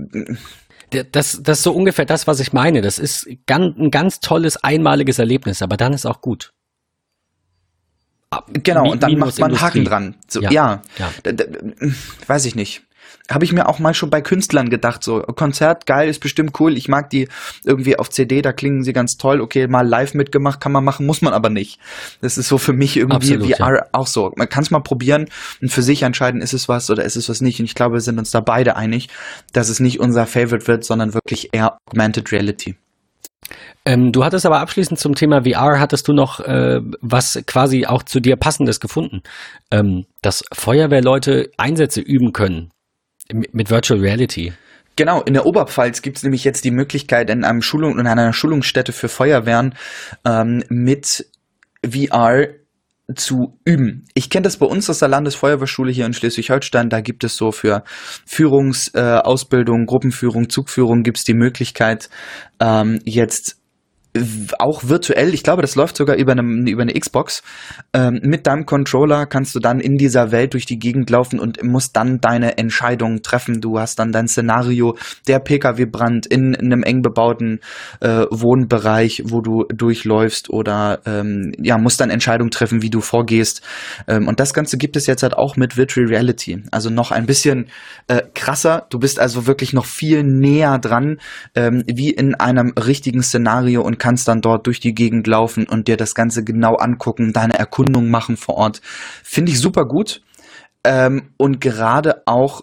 das, das ist so ungefähr das, was ich meine. Das ist ganz, ein ganz tolles, einmaliges Erlebnis, aber dann ist auch gut. Genau, Mi- und dann macht man einen Haken Industrie. dran. So, Ja, ja, ja. D- d- weiß ich nicht. Habe ich mir auch mal schon bei Künstlern gedacht, so Konzert, geil, ist bestimmt cool, ich mag die irgendwie auf C D, da klingen sie ganz toll, okay, mal live mitgemacht, kann man machen, muss man aber nicht. Das ist so für mich irgendwie Absolut, V R ja. auch so. Man kann es mal probieren und für sich entscheiden, ist es was oder ist es was nicht. Und ich glaube, wir sind uns da beide einig, dass es nicht unser Favorite wird, sondern wirklich eher Augmented Reality. Ähm, du hattest aber abschließend zum Thema V R, hattest du noch äh, was quasi auch zu dir Passendes gefunden, ähm, dass Feuerwehrleute Einsätze üben können mit, mit Virtual Reality. Genau, in der Oberpfalz gibt es nämlich jetzt die Möglichkeit, in einem Schulung, in einer Schulungsstätte für Feuerwehren ähm, mit V R zu üben. Ich kenne das bei uns aus der Landesfeuerwehrschule hier in Schleswig-Holstein. Da gibt es so für Führungsausbildung, äh, Ausbildung, Gruppenführung, Zugführung gibt es die Möglichkeit, ähm, jetzt w- auch virtuell, ich glaube, das läuft sogar über eine, über eine Xbox, ähm, mit deinem Controller kannst du dann in dieser Welt durch die Gegend laufen und musst dann deine Entscheidungen treffen. Du hast dann dein Szenario, der P K W-Brand in, in einem eng bebauten äh, Wohnbereich, wo du durchläufst oder ähm, ja, musst dann Entscheidungen treffen, wie du vorgehst. Ähm, und das Ganze gibt es jetzt halt auch mit Virtual Reality. Also noch ein bisschen äh, krasser. Du bist also wirklich noch viel näher dran, ähm, wie in einem richtigen Szenario und kannst dann dort durch die Gegend laufen und dir das Ganze genau angucken, deine Erkundung machen vor Ort. Finde ich super gut. Ähm, und gerade auch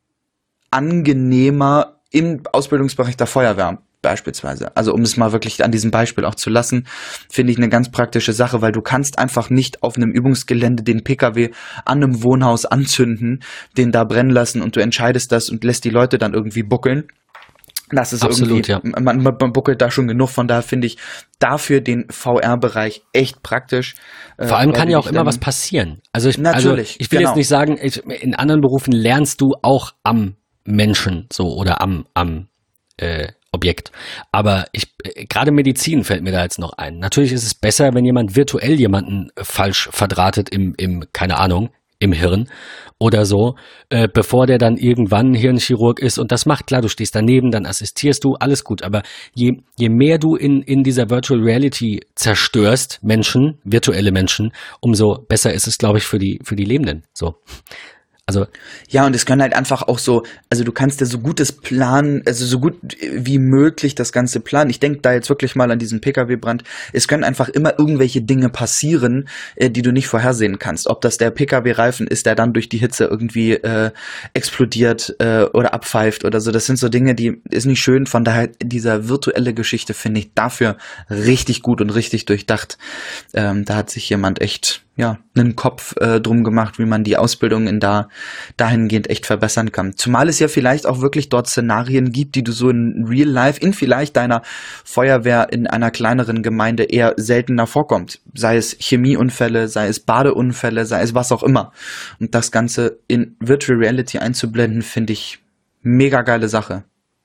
angenehmer im Ausbildungsbereich der Feuerwehr beispielsweise. Also um es mal wirklich an diesem Beispiel auch zu lassen, finde ich eine ganz praktische Sache, weil du kannst einfach nicht auf einem Übungsgelände den P K W an einem Wohnhaus anzünden, den da brennen lassen und du entscheidest das und lässt die Leute dann irgendwie buckeln. Das ist Absolut, irgendwie, ja. man, man, man buckelt da schon genug, von daher finde ich dafür den V R-Bereich echt praktisch. äh, Vor allem weil kann du ja auch dich immer dann- was passieren. Also ich, Natürlich, also ich will genau. jetzt nicht sagen, ich, in anderen Berufen lernst du auch am Menschen so oder am, am äh, Objekt. Aber ich äh, gerade Medizin fällt mir da jetzt noch ein. Natürlich ist es besser, wenn jemand virtuell jemanden äh, falsch verdrahtet im, im, keine Ahnung, im Hirn oder so, äh, bevor der dann irgendwann Hirnchirurg ist. Und das macht klar, du stehst daneben, dann assistierst du, alles gut. Aber je, je mehr du in, in dieser Virtual Reality zerstörst, Menschen, virtuelle Menschen, umso besser ist es, glaube ich, für die, für die Lebenden. So. Also, Ja, und es können halt einfach auch so, also du kannst ja so gutes planen, also so gut wie möglich das Ganze planen. Ich denke da jetzt wirklich mal an diesen P K W-Brand. Es können einfach immer irgendwelche Dinge passieren, äh, die du nicht vorhersehen kannst. Ob das der P K W-Reifen ist, der dann durch die Hitze irgendwie äh, explodiert äh, oder abpfeift oder so. Das sind so Dinge, die ist nicht schön. Von daher, dieser virtuelle Geschichte finde ich dafür richtig gut und richtig durchdacht. Ähm, da hat sich jemand echt, ja, einen Kopf äh, drum gemacht, wie man die Ausbildung in da dahingehend echt verbessern kann. Zumal es ja vielleicht auch wirklich dort Szenarien gibt, die du so in Real Life, in vielleicht deiner Feuerwehr in einer kleineren Gemeinde eher seltener vorkommt. Sei es Chemieunfälle, sei es Badeunfälle, sei es was auch immer. Und das Ganze in Virtual Reality einzublenden, finde ich mega geile Sache.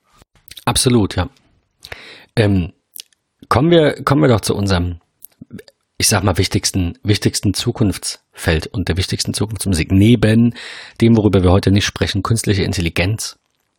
absolut, ja. Ähm, kommen wir, kommen wir doch zu unserem, ich sag mal, wichtigsten, wichtigsten Zukunftsfeld und der wichtigsten Zukunftsmusik. Neben dem, worüber wir heute nicht sprechen, künstliche Intelligenz,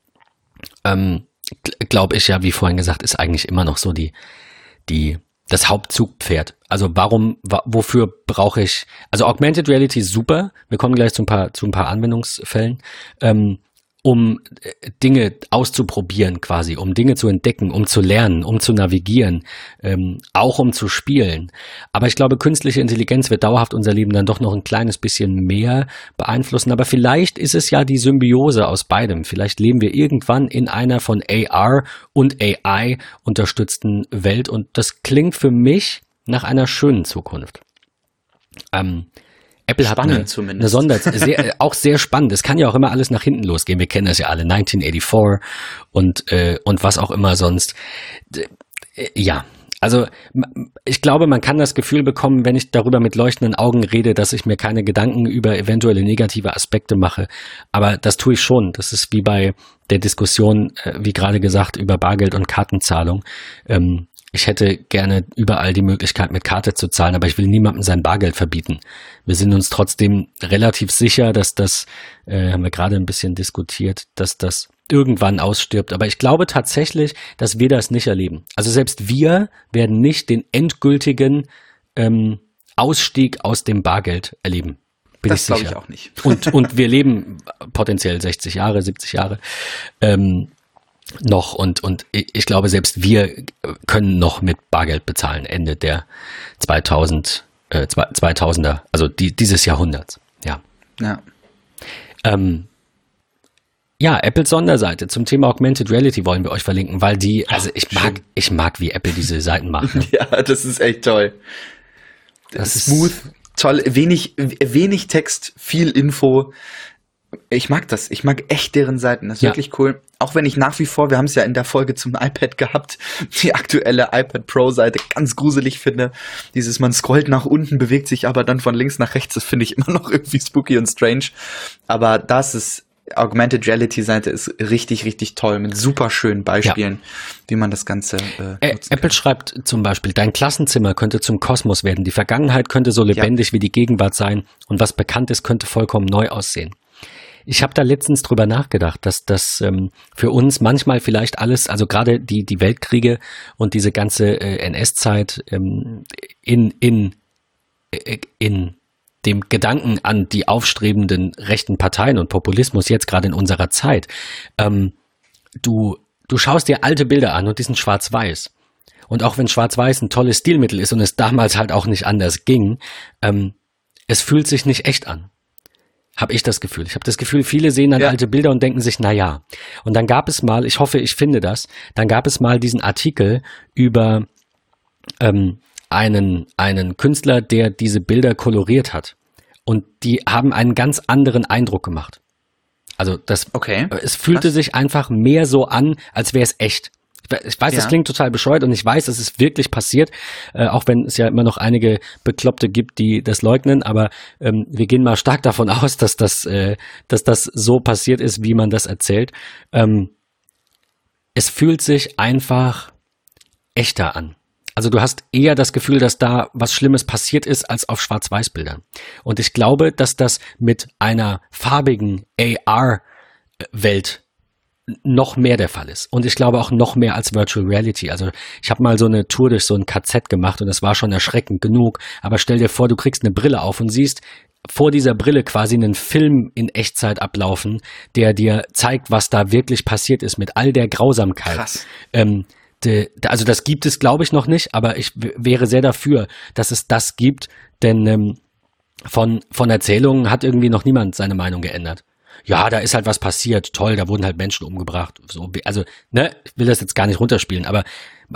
ähm, glaube ich ja, wie vorhin gesagt, ist eigentlich immer noch so die, die, das Hauptzugpferd. Also warum, wa, wofür brauche ich, also Augmented Reality ist super, wir kommen gleich zu ein paar, zu ein paar Anwendungsfällen, ähm, um äh, Dinge auszuprobieren quasi, um Dinge zu entdecken, um zu lernen, um zu navigieren, ähm, auch um zu spielen. Aber ich glaube, künstliche Intelligenz wird dauerhaft unser Leben dann doch noch ein kleines bisschen mehr beeinflussen. Aber vielleicht ist es ja die Symbiose aus beidem. Vielleicht leben wir irgendwann in einer von A R und A I unterstützten Welt und das klingt für mich nach einer schönen Zukunft. Ähm, Apple hat Spannend eine, zumindest. eine Sonder, sehr, auch sehr spannend. Es kann ja auch immer alles nach hinten losgehen. Wir kennen das ja alle, neunzehnhundertvierundachtzig und äh, und was auch immer sonst. D- äh, Ja, also m- ich glaube, man kann das Gefühl bekommen, wenn ich darüber mit leuchtenden Augen rede, dass ich mir keine Gedanken über eventuelle negative Aspekte mache. Aber das tue ich schon. Das ist wie bei der Diskussion, äh, wie gerade gesagt, über Bargeld und Kartenzahlung. Ähm, Ich hätte gerne überall die Möglichkeit, mit Karte zu zahlen, aber ich will niemandem sein Bargeld verbieten. Wir sind uns trotzdem relativ sicher, dass das, äh, haben wir gerade ein bisschen diskutiert, dass das irgendwann ausstirbt. Aber ich glaube tatsächlich, dass wir das nicht erleben. Also selbst wir werden nicht den endgültigen ähm, Ausstieg aus dem Bargeld erleben. Bin das ich glaube sicher. ich auch nicht. Und, und wir leben potenziell sechzig Jahre, siebzig Jahre ähm, noch und, und ich glaube, selbst wir können noch mit Bargeld bezahlen, Ende der zweitausend, äh, zweitausender, also die, dieses Jahrhunderts. Ja. Ja. Ähm, ja, Apples Sonderseite zum Thema Augmented Reality wollen wir euch verlinken, weil die, also ich mag, ich mag, wie Apple diese Seiten macht. Ne? Ja, das ist echt toll. Das ist smooth, toll, wenig, wenig Text, viel Info. Ich mag das. Ich mag echt deren Seiten. Das ist Ja. wirklich cool. Auch wenn ich nach wie vor, wir haben es ja in der Folge zum iPad gehabt, die aktuelle iPad Pro Seite ganz gruselig finde. Dieses, man scrollt nach unten, bewegt sich aber dann von links nach rechts. Das finde ich immer noch irgendwie spooky und strange. Aber das ist, Augmented Reality Seite ist richtig, richtig toll mit super schönen Beispielen, wie man das Ganze äh, Ä- nutzen Apple kann. schreibt zum Beispiel, dein Klassenzimmer könnte zum Kosmos werden. Die Vergangenheit könnte so lebendig wie die Gegenwart sein und was bekannt ist, könnte vollkommen neu aussehen. Ich habe da letztens drüber nachgedacht, dass das ähm, für uns manchmal vielleicht alles, also gerade die die Weltkriege und diese ganze äh, N S-Zeit ähm, in in äh, in dem Gedanken an die aufstrebenden rechten Parteien und Populismus jetzt gerade in unserer Zeit. Ähm, du du schaust dir alte Bilder an und die sind schwarz-weiß. Und auch wenn schwarz-weiß ein tolles Stilmittel ist und es damals halt auch nicht anders ging, ähm, es fühlt sich nicht echt an. Habe ich das Gefühl. Ich habe das Gefühl, viele sehen dann Ja. alte Bilder und denken sich, na ja. Und dann gab es mal, ich hoffe, ich finde das, dann gab es mal diesen Artikel über ähm, einen, einen Künstler, der diese Bilder koloriert hat. Und die haben einen ganz anderen Eindruck gemacht. Also das, Okay. es fühlte Krass. sich einfach mehr so an, als wäre es echt. Ich weiß, das Ja. klingt total bescheuert und ich weiß, es ist wirklich passiert, äh, auch wenn es ja immer noch einige Bekloppte gibt, die das leugnen, aber ähm, wir gehen mal stark davon aus, dass das, äh, dass das so passiert ist, wie man das erzählt. Ähm, es fühlt sich einfach echter an. Also du hast eher das Gefühl, dass da was Schlimmes passiert ist, als auf Schwarz-Weiß-Bildern. Und ich glaube, dass das mit einer farbigen A R-Welt noch mehr der Fall ist. Und ich glaube auch noch mehr als Virtual Reality. Also ich habe mal so eine Tour durch so ein K Z gemacht und das war schon erschreckend genug. Aber stell dir vor, du kriegst eine Brille auf und siehst vor dieser Brille quasi einen Film in Echtzeit ablaufen, der dir zeigt, was da wirklich passiert ist mit all der Grausamkeit. Krass. Ähm, de, also das gibt es, glaube ich, noch nicht, aber ich w- wäre sehr dafür, dass es das gibt, denn ähm, von, von Erzählungen hat irgendwie noch niemand seine Meinung geändert. Ja, da ist halt was passiert, toll, da wurden halt Menschen umgebracht. So, also, ne, ich will das jetzt gar nicht runterspielen, aber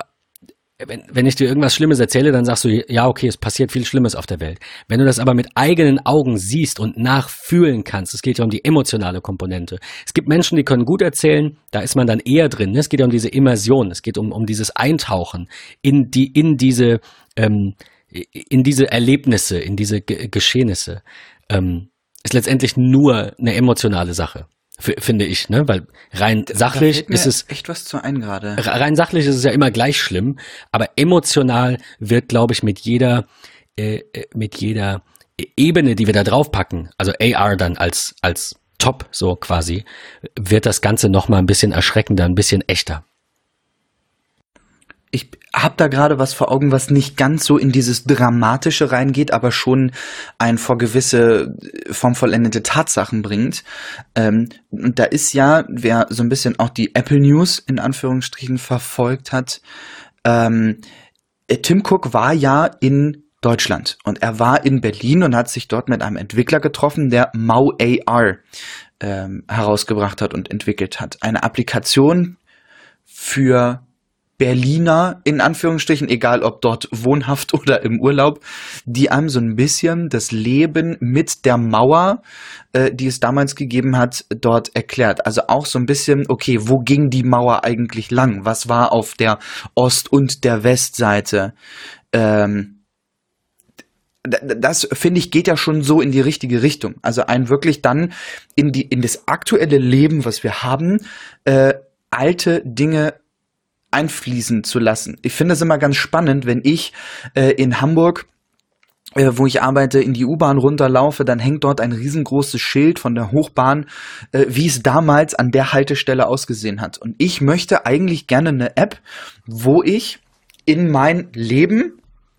wenn, wenn ich dir irgendwas Schlimmes erzähle, dann sagst du, ja, okay, es passiert viel Schlimmes auf der Welt. Wenn du das aber mit eigenen Augen siehst und nachfühlen kannst, es geht ja um die emotionale Komponente. Es gibt Menschen, die können gut erzählen, da ist man dann eher drin. Es geht ja um diese Immersion, es geht um, um dieses Eintauchen in die, in diese, ähm, in diese Erlebnisse, in diese Ge- Geschehnisse. Ähm, ist letztendlich nur eine emotionale Sache, f- finde ich, ne? Weil rein Da sachlich fällt mir ist es echt was zu ein gerade. rein sachlich ist es ja immer gleich schlimm, aber emotional wird, glaube ich, mit jeder äh, äh, mit jeder Ebene, die wir da draufpacken, also A R dann als als Top so quasi, wird das Ganze noch mal ein bisschen erschreckender, ein bisschen echter. Ich habe da gerade was vor Augen, was nicht ganz so in dieses Dramatische reingeht, aber schon ein vor gewisse formvollendete Tatsachen bringt. Ähm, und da ist ja, wer so ein bisschen auch die Apple News in Anführungsstrichen verfolgt hat, ähm, äh, Tim Cook war ja in Deutschland und er war in Berlin und hat sich dort mit einem Entwickler getroffen, der Mau A R ähm, herausgebracht hat und entwickelt hat. Eine Applikation für Berliner, in Anführungsstrichen, egal ob dort wohnhaft oder im Urlaub, die einem so ein bisschen das Leben mit der Mauer, äh, die es damals gegeben hat, dort erklärt. Also auch so ein bisschen, okay, wo ging die Mauer eigentlich lang? Was war auf der Ost- und der Westseite? Ähm, d- das, finde ich, geht ja schon so in die richtige Richtung. Also ein wirklich dann in die, in das aktuelle Leben, was wir haben, äh, alte Dinge einfließen zu lassen. Ich finde es immer ganz spannend, wenn ich äh, in Hamburg, äh, wo ich arbeite, in die U-Bahn runterlaufe, dann hängt dort ein riesengroßes Schild von der Hochbahn, äh, wie es damals an der Haltestelle ausgesehen hat. Und ich möchte eigentlich gerne eine App, wo ich in mein Leben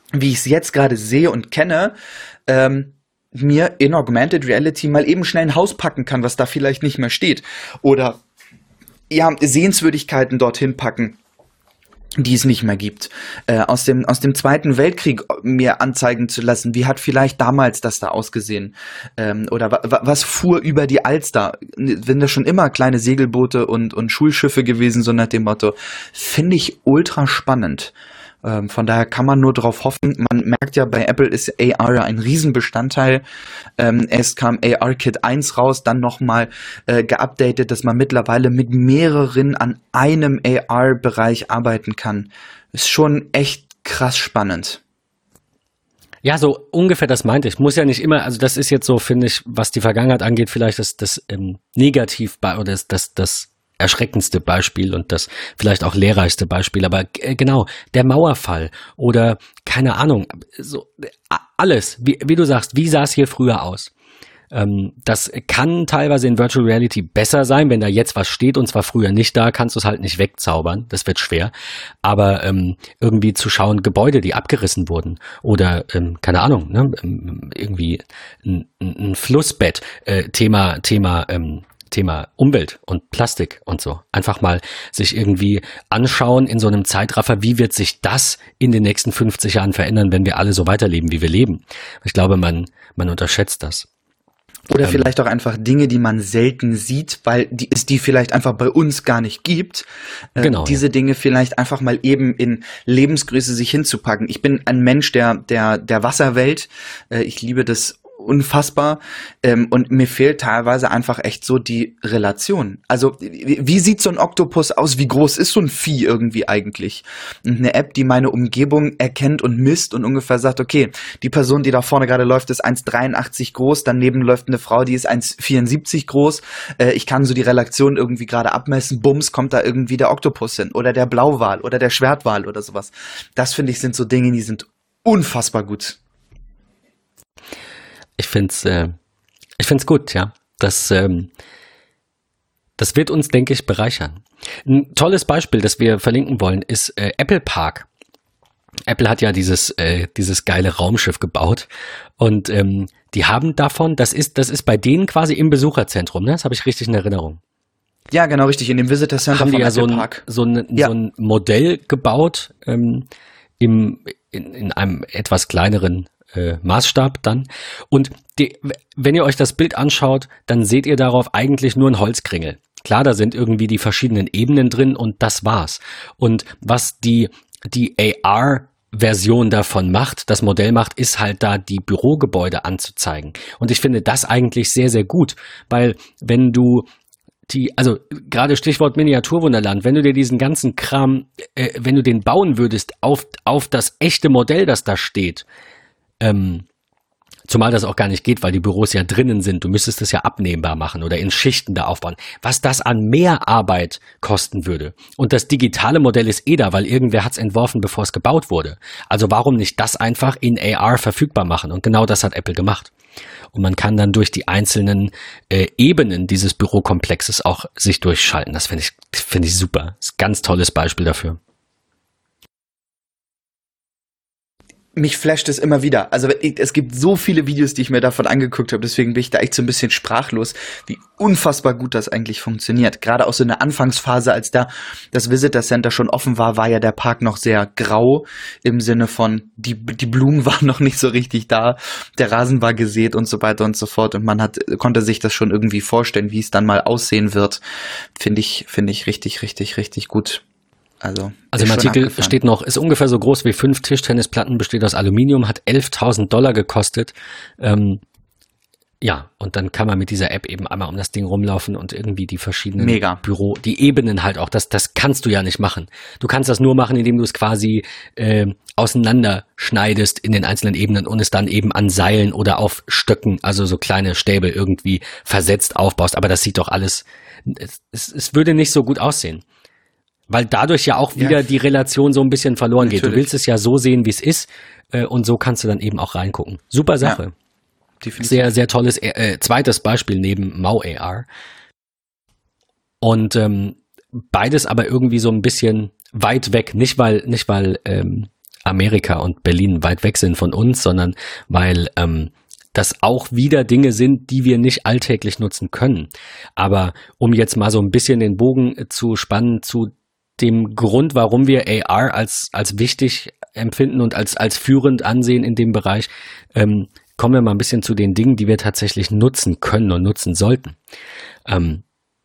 wie ich es jetzt gerade sehe und kenne, ähm, mir in Augmented Reality mal eben schnell ein Haus packen kann, was da vielleicht nicht mehr steht. Oder ja, Sehenswürdigkeiten dorthin packen, die es nicht mehr gibt. Äh, aus dem, aus dem Zweiten Weltkrieg mir anzeigen zu lassen, wie hat vielleicht damals das da ausgesehen? Ähm, oder wa was fuhr über die Alster? Wenn das schon immer kleine Segelboote und, und Schulschiffe gewesen, so nach dem Motto. Finde ich ultra spannend. Ähm, von daher kann man nur darauf hoffen. Man merkt ja, bei Apple ist A R ja ein Riesenbestandteil. Ähm, erst kam A R Kit eins raus, dann nochmal äh, geupdatet, dass man mittlerweile mit mehreren an einem A R-Bereich arbeiten kann. Ist schon echt krass spannend. Ja, so ungefähr das meinte ich. Muss ja nicht immer, also das ist jetzt so, finde ich, was die Vergangenheit angeht, vielleicht das, das ähm, Negativ oder das, das, das erschreckendste Beispiel und das vielleicht auch lehrreichste Beispiel, aber äh, genau, der Mauerfall oder keine Ahnung, so alles, wie, wie du sagst, wie sah es hier früher aus? Ähm, das kann teilweise in Virtual Reality besser sein, wenn da jetzt was steht und zwar früher nicht da, kannst du es halt nicht wegzaubern, das wird schwer, aber ähm, irgendwie zu schauen, Gebäude, die abgerissen wurden oder ähm, keine Ahnung, ne, irgendwie ein, ein Flussbett, äh, Thema, Thema ähm, Thema Umwelt und Plastik und so. Einfach mal sich irgendwie anschauen in so einem Zeitraffer, wie wird sich das in den nächsten fünfzig Jahren verändern, wenn wir alle so weiterleben, wie wir leben. Ich glaube, man, man unterschätzt das. Oder ähm, vielleicht auch einfach Dinge, die man selten sieht, weil die, es die vielleicht einfach bei uns gar nicht gibt. Äh, genau, diese ja. Dinge vielleicht einfach mal eben in Lebensgröße sich hinzupacken. Ich bin ein Mensch der, der, der Wasserwelt. Äh, ich liebe das unfassbar. Ähm, und mir fehlt teilweise einfach echt so die Relation. Also, wie, wie sieht so ein Oktopus aus? Wie groß ist so ein Vieh irgendwie eigentlich? Und eine App, die meine Umgebung erkennt und misst und ungefähr sagt, okay, die Person, die da vorne gerade läuft, ist eins Komma dreiundachtzig groß, daneben läuft eine Frau, die ist eins Komma vierundsiebzig groß. Äh, ich kann so die Relation irgendwie gerade abmessen. Bums, kommt da irgendwie der Oktopus hin oder der Blauwal oder der Schwertwal oder sowas. Das, finde ich, sind so Dinge, die sind unfassbar gut. Ich finde es äh, ich find's gut, ja. Das, ähm, das wird uns, denke ich, bereichern. Ein tolles Beispiel, das wir verlinken wollen, ist äh, Apple Park. Apple hat ja dieses, äh, dieses geile Raumschiff gebaut und ähm, die haben davon, das ist, das ist bei denen quasi im Besucherzentrum, ne? Das habe ich richtig in Erinnerung. Ja, genau, richtig, in dem Visitor Center haben von die ja Apple so ein, Park. so ein, Ja. so ein Modell gebaut ähm, im, in, in einem etwas kleineren äh, Maßstab dann. Und die, wenn ihr euch das Bild anschaut, dann seht ihr darauf eigentlich nur ein Holzkringel. Klar, da sind irgendwie die verschiedenen Ebenen drin und das war's. Und was die, die A R-Version davon macht, das Modell macht, ist halt da die Bürogebäude anzuzeigen. Und ich finde das eigentlich sehr, sehr gut, weil wenn du die, also gerade Stichwort Miniaturwunderland, wenn du dir diesen ganzen Kram, äh, wenn du den bauen würdest auf, auf das echte Modell, das da steht, ähm, zumal das auch gar nicht geht, weil die Büros ja drinnen sind, du müsstest es ja abnehmbar machen oder in Schichten da aufbauen, was das an mehr Arbeit kosten würde. Und das digitale Modell ist eh da, weil irgendwer hat es entworfen, bevor es gebaut wurde. Also warum nicht das einfach in A R verfügbar machen? Und genau das hat Apple gemacht. Und man kann dann durch die einzelnen äh, Ebenen dieses Bürokomplexes auch sich durchschalten. Das finde ich, finde ich super. Das ist ein ganz tolles Beispiel dafür. Mich flasht es immer wieder. Also es gibt so viele Videos, die ich mir davon angeguckt habe, deswegen bin ich da echt so ein bisschen sprachlos, wie unfassbar gut das eigentlich funktioniert. Gerade auch so in der Anfangsphase, als da das Visitor Center schon offen war, war ja der Park noch sehr grau, im Sinne von, die, die Blumen waren noch nicht so richtig da, der Rasen war gesät und so weiter und so fort und man hat, konnte sich das schon irgendwie vorstellen, wie es dann mal aussehen wird. Finde ich, finde ich richtig, richtig, richtig gut. Also, also im Artikel steht noch, ist ungefähr so groß wie fünf Tischtennisplatten, besteht aus Aluminium, hat elftausend Dollar gekostet. Ähm, ja, und dann kann man mit dieser App eben einmal um das Ding rumlaufen und irgendwie die verschiedenen Mega. Büro, die Ebenen halt auch, das, das kannst du ja nicht machen. Du kannst das nur machen, indem du es quasi äh, auseinanderschneidest in den einzelnen Ebenen und es dann eben an Seilen oder auf Stöcken, also so kleine Stäbe irgendwie versetzt aufbaust. Aber das sieht doch alles, es, es, es würde nicht so gut aussehen. Weil dadurch ja auch wieder ja. die Relation so ein bisschen verloren Natürlich. geht. Du willst es ja so sehen, wie es ist, äh, und so kannst du dann eben auch reingucken. Super Sache. Ja, sehr, sehr tolles äh, zweites Beispiel neben Mau A R. Und ähm, beides aber irgendwie so ein bisschen weit weg. Nicht weil, nicht weil, ähm, Amerika und Berlin weit weg sind von uns, sondern weil ähm, das auch wieder Dinge sind, die wir nicht alltäglich nutzen können. Aber um jetzt mal so ein bisschen den Bogen zu spannen zu dem Grund, warum wir A R als als wichtig empfinden und als als führend ansehen in dem Bereich, ähm, kommen wir mal ein bisschen zu den Dingen, die wir tatsächlich nutzen können und nutzen sollten. Ähm,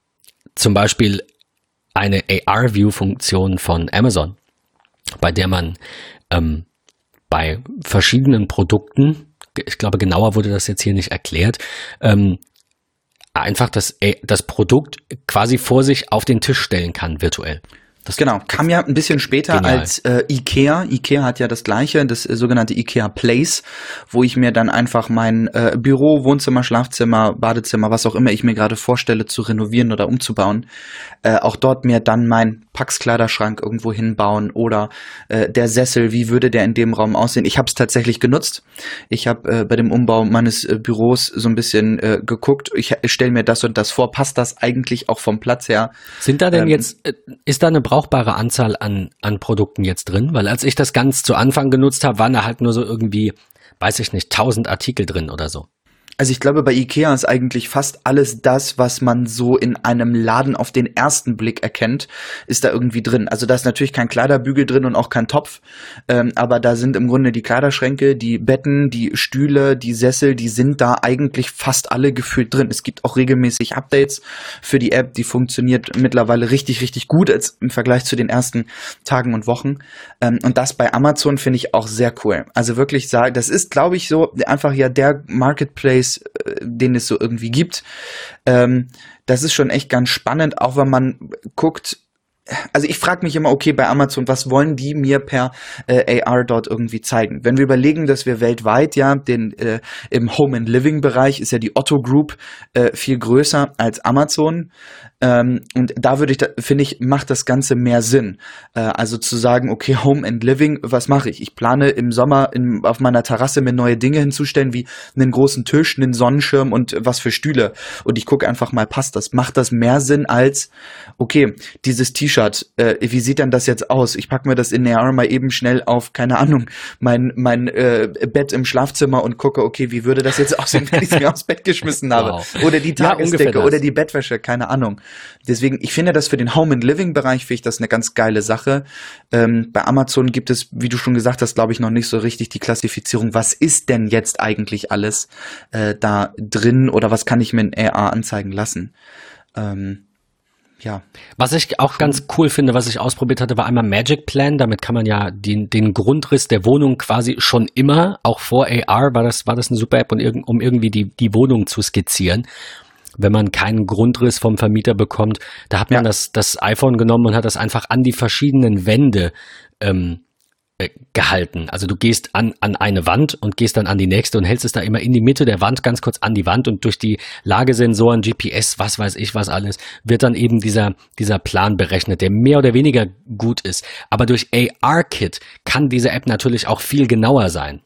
zum Beispiel eine A R-View-Funktion von Amazon, bei der man ähm, bei verschiedenen Produkten, ich glaube, genauer wurde das jetzt hier nicht erklärt, ähm, einfach das, das Produkt quasi vor sich auf den Tisch stellen kann, virtuell. Das genau, kam ja ein bisschen später genial. als äh, Ikea. Ikea hat ja das gleiche, das äh, sogenannte Ikea Place, wo ich mir dann einfach mein äh, Büro, Wohnzimmer, Schlafzimmer, Badezimmer, was auch immer ich mir gerade vorstelle, zu renovieren oder umzubauen, äh, auch dort mir dann mein Pax-Kleiderschrank irgendwo hinbauen oder äh, der Sessel, wie würde der in dem Raum aussehen? Ich habe es tatsächlich genutzt. Ich habe äh, bei dem Umbau meines äh, Büros so ein bisschen äh, geguckt. Ich, ich stelle mir das und das vor. Passt das eigentlich auch vom Platz her? Sind da denn ähm, jetzt, äh, ist da eine brauchbare Anzahl an, an Produkten jetzt drin? Weil als ich das ganz zu Anfang genutzt habe, waren da halt nur so irgendwie, weiß ich nicht, tausend Artikel drin oder so. Also ich glaube, bei Ikea ist eigentlich fast alles das, was man so in einem Laden auf den ersten Blick erkennt, ist da irgendwie drin. Also da ist natürlich kein Kleiderbügel drin und auch kein Topf, ähm, aber da sind im Grunde die Kleiderschränke, die Betten, die Stühle, die Sessel, die sind da eigentlich fast alle gefühlt drin. Es gibt auch regelmäßig Updates für die App, die funktioniert mittlerweile richtig, richtig gut als im Vergleich zu den ersten Tagen und Wochen. Ähm, und das bei Amazon finde ich auch sehr cool. Also wirklich sagen, das ist, glaube ich, so einfach ja der Marketplace, den es so irgendwie gibt. Ähm, das ist schon echt ganz spannend, auch wenn man guckt, also ich frage mich immer, okay, bei Amazon, was wollen die mir per äh, A R dort irgendwie zeigen? Wenn wir überlegen, dass wir weltweit ja den äh, im Home and Living Bereich ist ja die Otto Group äh, viel größer als Amazon, ähm, und da würde ich, da, finde ich, macht das Ganze mehr Sinn. Äh, also zu sagen, okay, Home and Living, was mache ich? Ich plane im Sommer in, auf meiner Terrasse mir neue Dinge hinzustellen, wie einen großen Tisch, einen Sonnenschirm und was für Stühle. Und ich gucke einfach mal, passt das? Macht das mehr Sinn als, okay, dieses T-Shirt, äh, wie sieht denn das jetzt aus? Ich packe mir das in A R mal eben schnell auf, keine Ahnung, mein, mein äh, Bett im Schlafzimmer und gucke, okay, wie würde das jetzt aussehen, wenn ich es mir aufs Bett geschmissen habe? Wow. Oder die Tagesdecke ja, oder die Bettwäsche, keine Ahnung. Deswegen, ich finde das für den Home- and Living-Bereich, finde ich das eine ganz geile Sache. Ähm, bei Amazon gibt es, wie du schon gesagt hast, glaube ich, noch nicht so richtig die Klassifizierung, was ist denn jetzt eigentlich alles äh, da drin oder was kann ich mir in A R anzeigen lassen? Ähm, Ja. Was ich auch ganz cool finde, was ich ausprobiert hatte, war einmal Magic Plan. Damit kann man ja den, den Grundriss der Wohnung quasi schon immer, auch vor A R war das, war das eine super App, und irg- um irgendwie die, die Wohnung zu skizzieren. Wenn man keinen Grundriss vom Vermieter bekommt, da hat man ja. das, das iPhone genommen und hat das einfach an die verschiedenen Wände ähm, äh, gehalten. Also du gehst an, an eine Wand und gehst dann an die nächste und hältst es da immer in die Mitte der Wand, ganz kurz an die Wand, und durch die Lagesensoren, G P S, was weiß ich was alles, wird dann eben dieser, dieser Plan berechnet, der mehr oder weniger gut ist. Aber durch A R-Kit kann diese App natürlich auch viel genauer sein.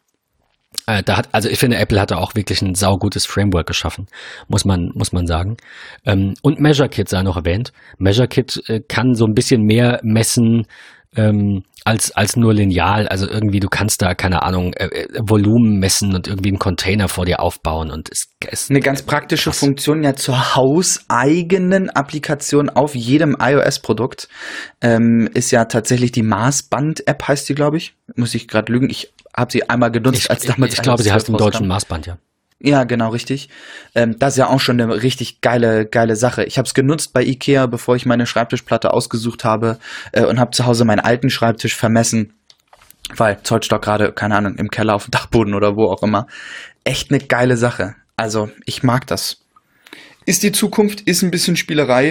Äh, da hat, also ich finde, Apple hat da auch wirklich ein saugutes Framework geschaffen, muss man, muss man sagen. Ähm, und MeasureKit sei noch erwähnt. MeasureKit äh, kann so ein bisschen mehr messen ähm, als, als nur lineal. Also irgendwie, du kannst da, keine Ahnung, äh, äh, Volumen messen und irgendwie einen Container vor dir aufbauen. Und es ist eine ganz praktische krass. Funktion ja zur hauseigenen Applikation auf jedem iOS-Produkt ähm, ist ja tatsächlich die Maßband-App, heißt die, glaube ich. Muss ich gerade lügen. Ich habe sie einmal genutzt, ich, als damals. Ich, ich glaube, sie heißt im Deutschen Maßband, ja. Ja, genau, richtig. Ähm, das ist ja auch schon eine richtig geile, geile Sache. Ich habe es genutzt bei Ikea, bevor ich meine Schreibtischplatte ausgesucht habe, äh, und habe zu Hause meinen alten Schreibtisch vermessen, weil Zollstock gerade, keine Ahnung, im Keller auf dem Dachboden oder wo auch immer. Echt eine geile Sache. Also, ich mag das. Ist die Zukunft, ist ein bisschen Spielerei.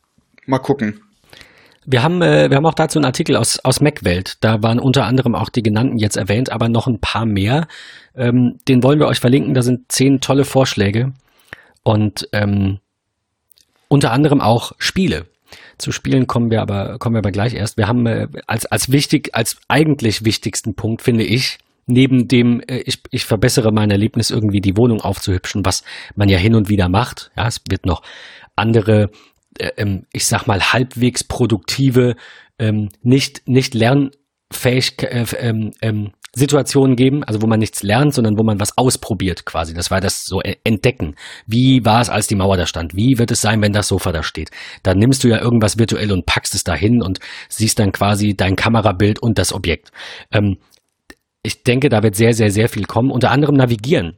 Mal gucken. Wir haben, äh, wir haben auch dazu einen Artikel aus, aus Mac-Welt. Da waren unter anderem auch die genannten jetzt erwähnt, aber noch ein paar mehr. Ähm, den wollen wir euch verlinken. Da sind zehn tolle Vorschläge und ähm, unter anderem auch Spiele. Zu Spielen kommen wir aber, kommen wir aber gleich erst. Wir haben äh, als, als wichtig, als eigentlich wichtigsten Punkt, finde ich, neben dem, äh, ich, ich verbessere mein Erlebnis, irgendwie die Wohnung aufzuhübschen, was man ja hin und wieder macht. Ja, es wird noch andere, ich sag mal, halbwegs produktive, nicht, nicht lern, Fähig, äh, ähm, ähm, Situationen geben, also wo man nichts lernt, sondern wo man was ausprobiert quasi. Das war das so entdecken. Wie war es, als die Mauer da stand? Wie wird es sein, wenn das Sofa da steht? Da nimmst du ja irgendwas virtuell und packst es dahin und siehst dann quasi dein Kamerabild und das Objekt. Ähm, ich denke, da wird sehr, sehr, sehr viel kommen. Unter anderem navigieren.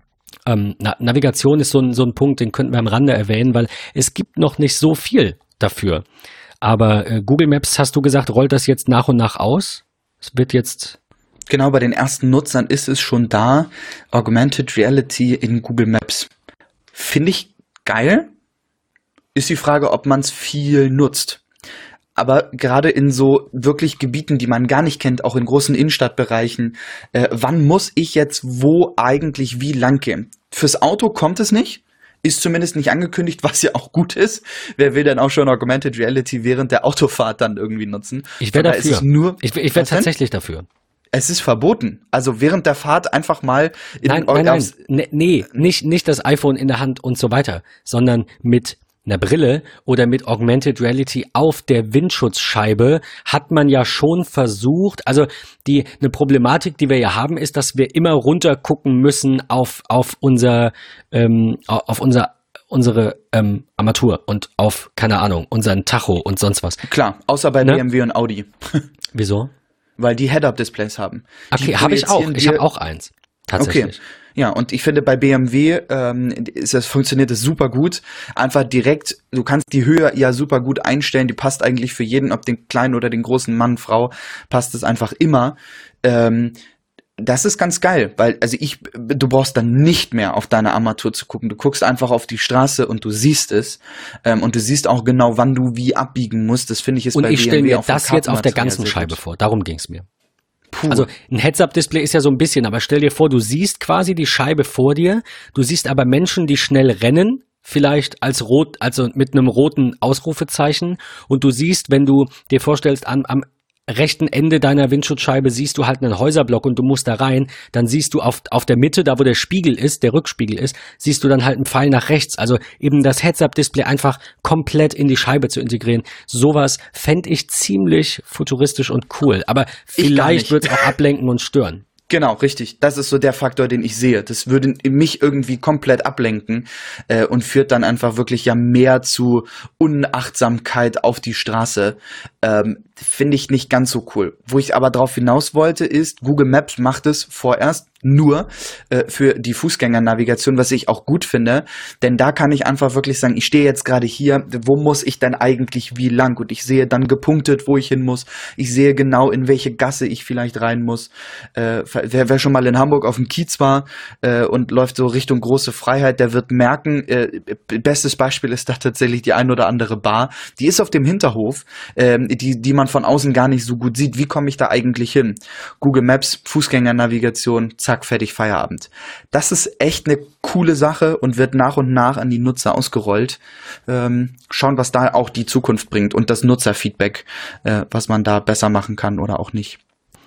Ähm, Na- Navigation ist so ein, so ein Punkt, den könnten wir am Rande erwähnen, weil es gibt noch nicht so viel dafür. Aber äh, Google Maps, hast du gesagt, rollt das jetzt nach und nach aus? Es wird jetzt Genau, bei den ersten Nutzern ist es schon da. Augmented Reality in Google Maps. Finde ich geil. Ist die Frage, ob man es viel nutzt. Aber gerade in so wirklich Gebieten, die man gar nicht kennt, auch in großen Innenstadtbereichen, äh, wann muss ich jetzt wo eigentlich wie lang gehen? Fürs Auto kommt es nicht. Ist zumindest nicht angekündigt, was ja auch gut ist. Wer will denn auch schon Augmented Reality während der Autofahrt dann irgendwie nutzen? Ich wäre Von daher ist dafür. es nur, Ich, ich wäre Was denn? tatsächlich dafür. Es ist verboten. Also während der Fahrt einfach mal in Nein, den nein, nein. aufs- Ne- Nee, nicht, nicht das iPhone in der Hand und so weiter, sondern mit einer Brille oder mit Augmented Reality auf der Windschutzscheibe hat man ja schon versucht. Also die eine Problematik, die wir ja haben, ist, dass wir immer runter gucken müssen auf auf unser ähm, au- auf unser unsere ähm, Armatur und auf keine Ahnung unseren Tacho und sonst was. Klar, außer bei Ne? B M W und Audi. Wieso? Weil die Head-Up-Displays haben. Die Okay, habe ich auch. projizieren Ich dir- habe auch eins. Tatsächlich. Okay. Ja, und ich finde, bei B M W ähm, ist das, funktioniert das super gut. Einfach direkt, du kannst die Höhe ja super gut einstellen. Die passt eigentlich für jeden, ob den kleinen oder den großen Mann, Frau, passt es einfach immer. Ähm, das ist ganz geil, weil, also ich, du brauchst dann nicht mehr auf deine Armatur zu gucken. Du guckst einfach auf die Straße und du siehst es. Ähm, und du siehst auch genau, wann du wie abbiegen musst. Das finde ich ist Und bei ich stelle B M W mir auch vom das jetzt auf der Kartenmaterial ganzen sehr Scheibe gut. vor. Darum ging es mir. Puh. Also ein Heads-Up-Display ist ja so ein bisschen, aber stell dir vor, du siehst quasi die Scheibe vor dir, du siehst aber Menschen, die schnell rennen, vielleicht als rot, also mit einem roten Ausrufezeichen, und du siehst, wenn du dir vorstellst, am, am rechten Ende deiner Windschutzscheibe siehst du halt einen Häuserblock und du musst da rein, dann siehst du auf, auf der Mitte, da wo der Spiegel ist, der Rückspiegel ist, siehst du dann halt einen Pfeil nach rechts. Also eben das Heads-Up-Display einfach komplett in die Scheibe zu integrieren. Sowas fände ich ziemlich futuristisch und cool. Aber vielleicht nicht. wird es auch ablenken und stören. Genau, richtig. Das ist so der Faktor, den ich sehe. Das würde mich irgendwie komplett ablenken äh, und führt dann einfach wirklich ja mehr zu Unachtsamkeit auf die Straße. Ähm, Finde ich nicht ganz so cool. Wo ich aber drauf hinaus wollte, ist, Google Maps macht es vorerst nur äh, für die Fußgängernavigation, was ich auch gut finde, denn da kann ich einfach wirklich sagen, ich stehe jetzt gerade hier, wo muss ich denn eigentlich wie lang? Und ich sehe dann gepunktet, wo ich hin muss. Ich sehe genau, in welche Gasse ich vielleicht rein muss. Äh, wer, wer schon mal in Hamburg auf dem Kiez war äh, und läuft so Richtung Große Freiheit, der wird merken, äh, bestes Beispiel ist da tatsächlich die ein oder andere Bar, die ist auf dem Hinterhof, äh, die, die man von außen gar nicht so gut sieht. Wie komme ich da eigentlich hin? Google Maps, Fußgängernavigation, zack, fertig, Feierabend. Das ist echt eine coole Sache und wird nach und nach an die Nutzer ausgerollt. Ähm, schauen, was da auch die Zukunft bringt und das Nutzerfeedback, äh, was man da besser machen kann oder auch nicht.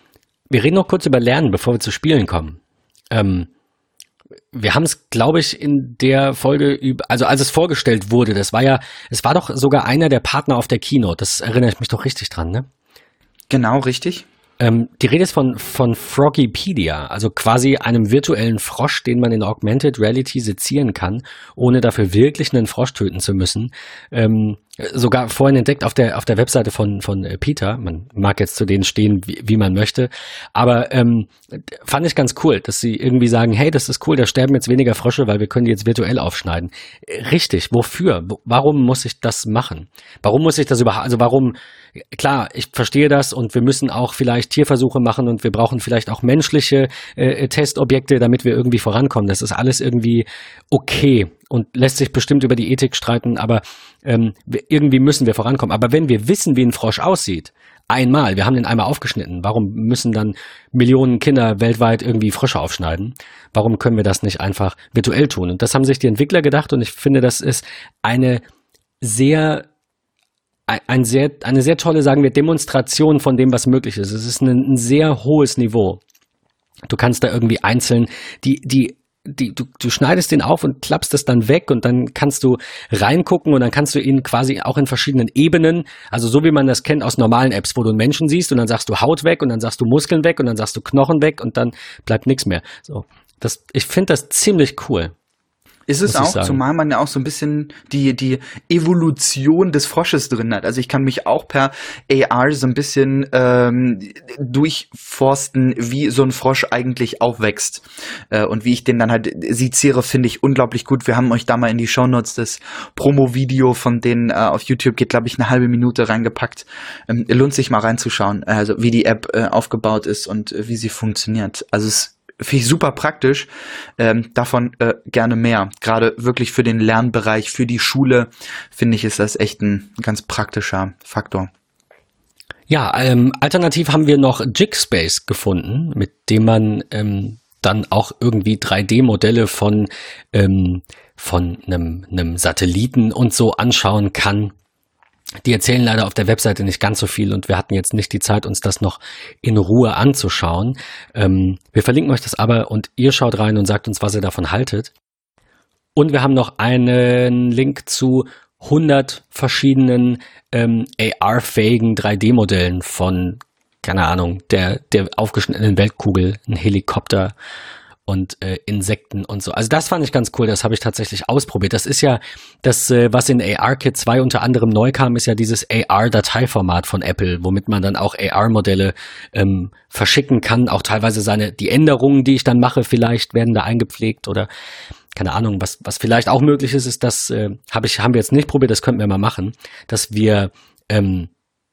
Wir reden noch kurz über Lernen, bevor wir zu Spielen kommen. Ähm, wir haben es, glaube ich, in der Folge über, also als es vorgestellt wurde, das war ja, es war doch sogar einer der Partner auf der Keynote, das erinnere ich mich doch richtig dran, ne? Genau, richtig. Ähm, die Rede ist von, von Froggypedia, also quasi einem virtuellen Frosch, den man in Augmented Reality sezieren kann, ohne dafür wirklich einen Frosch töten zu müssen. Ähm, sogar vorhin entdeckt auf der, auf der Webseite von, von äh, Peter. Man mag jetzt zu denen stehen, wie, wie man möchte. Aber ähm, fand ich ganz cool, dass sie irgendwie sagen, hey, das ist cool, da sterben jetzt weniger Frösche, weil wir können die jetzt virtuell aufschneiden. Äh, Richtig, wofür? Wo, warum muss ich das machen? Warum muss ich das überhaupt, also warum, klar, ich verstehe das und wir müssen auch vielleicht Tierversuche machen und wir brauchen vielleicht auch menschliche äh, Testobjekte, damit wir irgendwie vorankommen. Das ist alles irgendwie okay und lässt sich bestimmt über die Ethik streiten, aber ähm, irgendwie müssen wir vorankommen. Aber wenn wir wissen, wie ein Frosch aussieht, einmal, wir haben den einmal aufgeschnitten, warum müssen dann Millionen Kinder weltweit irgendwie Frösche aufschneiden? Warum können wir das nicht einfach virtuell tun? Und das haben sich die Entwickler gedacht und ich finde, das ist eine sehr ein sehr, eine sehr tolle, sagen wir, Demonstration von dem, was möglich ist. Es ist ein, ein sehr hohes Niveau. Du kannst da irgendwie einzeln, die, die, die, du, du schneidest den auf und klappst es dann weg und dann kannst du reingucken und dann kannst du ihn quasi auch in verschiedenen Ebenen, also so wie man das kennt aus normalen Apps, wo du einen Menschen siehst und dann sagst du Haut weg und dann sagst du Muskeln weg und dann sagst du Knochen weg und dann bleibt nichts mehr. So, das, ich finde das ziemlich cool. Ist es auch, zumal man ja auch so ein bisschen die, die Evolution des Frosches drin hat. Also ich kann mich auch per A R so ein bisschen ähm, durchforsten, wie so ein Frosch eigentlich aufwächst. Äh, und wie ich den dann halt seziere, finde ich unglaublich gut. Wir haben euch da mal in die Shownotes das Promo-Video von denen äh, auf YouTube, geht glaube ich eine halbe Minute reingepackt. Ähm, lohnt sich mal reinzuschauen, also wie die App äh, aufgebaut ist und äh, wie sie funktioniert. Also es finde ich super praktisch, ähm, davon äh, gerne mehr. Gerade wirklich für den Lernbereich, für die Schule, finde ich, ist das echt ein ganz praktischer Faktor. Ja, ähm, alternativ haben wir noch Jigspace gefunden, mit dem man ähm, dann auch irgendwie drei D-Modelle von, ähm, von einem, einem Satelliten und so anschauen kann. Die erzählen leider auf der Webseite nicht ganz so viel und wir hatten jetzt nicht die Zeit, uns das noch in Ruhe anzuschauen. Ähm, wir verlinken euch das aber und ihr schaut rein und sagt uns, was ihr davon haltet. Und wir haben noch einen Link zu hundert verschiedenen ähm, A R-fähigen drei D-Modellen von, keine Ahnung, der, der aufgeschnittenen Weltkugel, ein Helikopter und äh, Insekten und so. Also das fand ich ganz cool, das habe ich tatsächlich ausprobiert. Das ist ja das, äh, was in A R Kit zwei unter anderem neu kam, ist ja dieses A R-Dateiformat von Apple, womit man dann auch A R-Modelle ähm, verschicken kann. Auch teilweise seine, die Änderungen, die ich dann mache, vielleicht werden da eingepflegt oder keine Ahnung, was, was vielleicht auch möglich ist, ist, das äh, hab ich, haben wir jetzt nicht probiert, das könnten wir mal machen, dass wir ähm,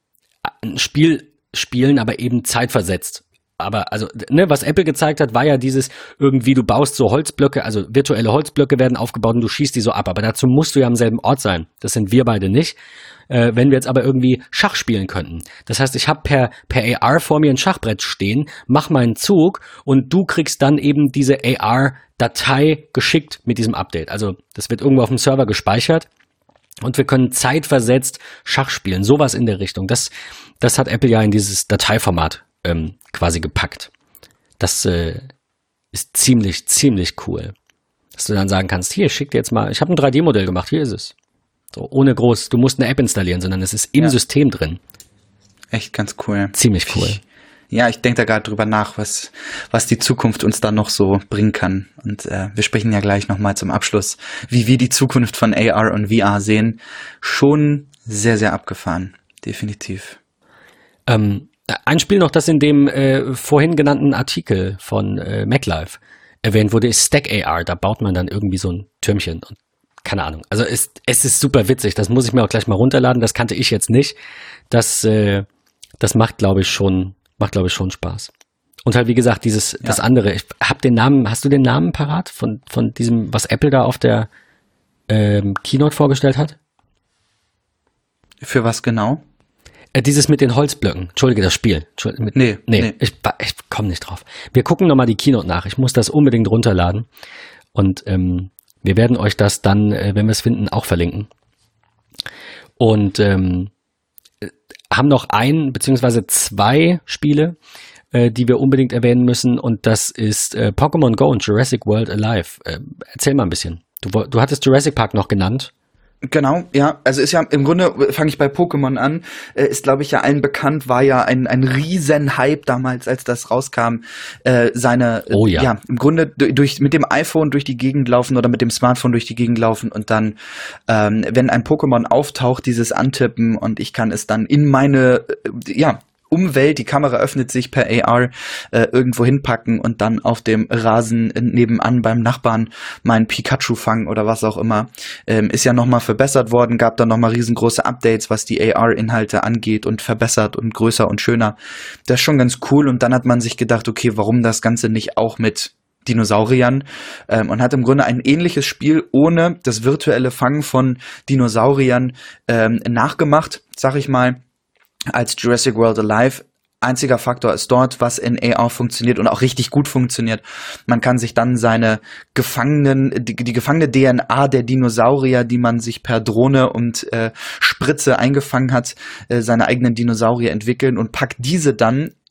ein Spiel spielen, aber eben zeitversetzt. Aber also, ne, was Apple gezeigt hat, war ja dieses irgendwie, du baust so Holzblöcke, also virtuelle Holzblöcke werden aufgebaut und du schießt die so ab. Aber dazu musst du ja am selben Ort sein. Das sind wir beide nicht. Äh, wenn wir jetzt aber irgendwie Schach spielen könnten. Das heißt, ich habe per, per A R vor mir ein Schachbrett stehen, mach meinen Zug und du kriegst dann eben diese A R-Datei geschickt mit diesem Update. Also das wird irgendwo auf dem Server gespeichert. Und wir können zeitversetzt Schach spielen. Sowas in der Richtung. Das, das hat Apple ja in dieses Dateiformat ähm, quasi gepackt. Das äh, ist ziemlich, ziemlich cool. Dass du dann sagen kannst, hier, schick dir jetzt mal, ich habe ein drei D-Modell gemacht, hier ist es. So, ohne groß, du musst eine App installieren, sondern es ist im ja. System drin. Echt ganz cool. Ziemlich cool. Ich, ja, ich denke da gerade drüber nach, was, was die Zukunft uns da noch so bringen kann. Und äh, wir sprechen ja gleich nochmal zum Abschluss, wie wir die Zukunft von A R und V R sehen. Schon sehr, sehr abgefahren. Definitiv. Ähm, ein Spiel noch, das in dem äh, vorhin genannten Artikel von äh, MacLife erwähnt wurde, ist Stack A R. Da baut man dann irgendwie so ein Türmchen und keine Ahnung. Also es, es ist super witzig. Das muss ich mir auch gleich mal runterladen. Das kannte ich jetzt nicht. Das, äh, das macht, glaube ich, schon, macht, glaube ich, schon Spaß. Und halt, wie gesagt, dieses, ja. das andere. Ich hab den Namen, hast du den Namen parat von, von diesem, was Apple da auf der ähm, Keynote vorgestellt hat? Für was genau? Äh, dieses mit den Holzblöcken. Entschuldige, das Spiel. Entschuldige, mit, nee, nee. Nee, ich, ich komme nicht drauf. Wir gucken nochmal die Keynote nach. Ich muss das unbedingt runterladen. Und, ähm, wir werden euch das dann, wenn wir es finden, auch verlinken. Und ähm, haben noch ein beziehungsweise zwei Spiele, äh, die wir unbedingt erwähnen müssen. Und das ist äh, Pokémon Go und Jurassic World Alive. Äh, erzähl mal ein bisschen. Du, du hattest Jurassic Park noch genannt. Genau, ja, also ist ja im Grunde, fange ich bei Pokémon an, äh, ist glaube ich ja allen bekannt, war ja ein ein riesen Hype damals, als das rauskam, äh, seine, oh, ja. Äh, ja, im Grunde durch mit dem iPhone durch die Gegend laufen oder mit dem Smartphone durch die Gegend laufen und dann, ähm, wenn ein Pokémon auftaucht, dieses antippen und ich kann es dann in meine, äh, ja, Umwelt, die Kamera öffnet sich per A R äh, irgendwo hinpacken und dann auf dem Rasen nebenan beim Nachbarn meinen Pikachu fangen oder was auch immer. Ähm, ist ja nochmal verbessert worden, gab dann nochmal riesengroße Updates, was die A R-Inhalte angeht und verbessert und größer und schöner. Das ist schon ganz cool und dann hat man sich gedacht, okay, warum das Ganze nicht auch mit Dinosauriern ähm, und hat im Grunde ein ähnliches Spiel ohne das virtuelle Fangen von Dinosauriern ähm, nachgemacht, sag ich mal, als Jurassic World Alive. Einziger Faktor ist dort, was in A R funktioniert und auch richtig gut funktioniert. Man kann sich dann seine gefangenen, die, die gefangene D N A der Dinosaurier, die man sich per Drohne und äh, Spritze eingefangen hat, äh, seine eigenen Dinosaurier entwickeln und packt diese dann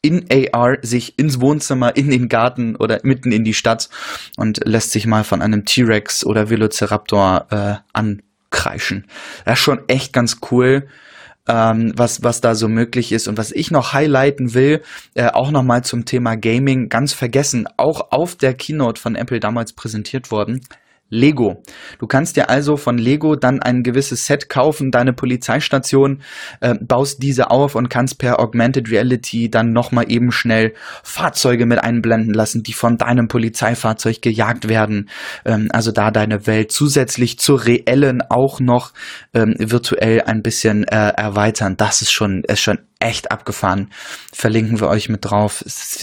in A R sich ins Wohnzimmer, in den Garten oder mitten in die Stadt und lässt sich mal von einem T-Rex oder Velociraptor äh, ankreischen. Das ist schon echt ganz cool, ähm, was was da so möglich ist. Und was ich noch highlighten will, äh, auch nochmal zum Thema Gaming, ganz vergessen, auch auf der Keynote von Apple damals präsentiert worden, Lego. Du kannst dir also von Lego dann ein gewisses Set kaufen, deine Polizeistation, äh, baust diese auf und kannst per Augmented Reality dann nochmal eben schnell Fahrzeuge mit einblenden lassen, die von deinem Polizeifahrzeug gejagt werden. Ähm, also da deine Welt zusätzlich zur reellen auch noch ähm, virtuell ein bisschen äh, erweitern. Das ist schon, ist schon echt abgefahren. Verlinken wir euch mit drauf.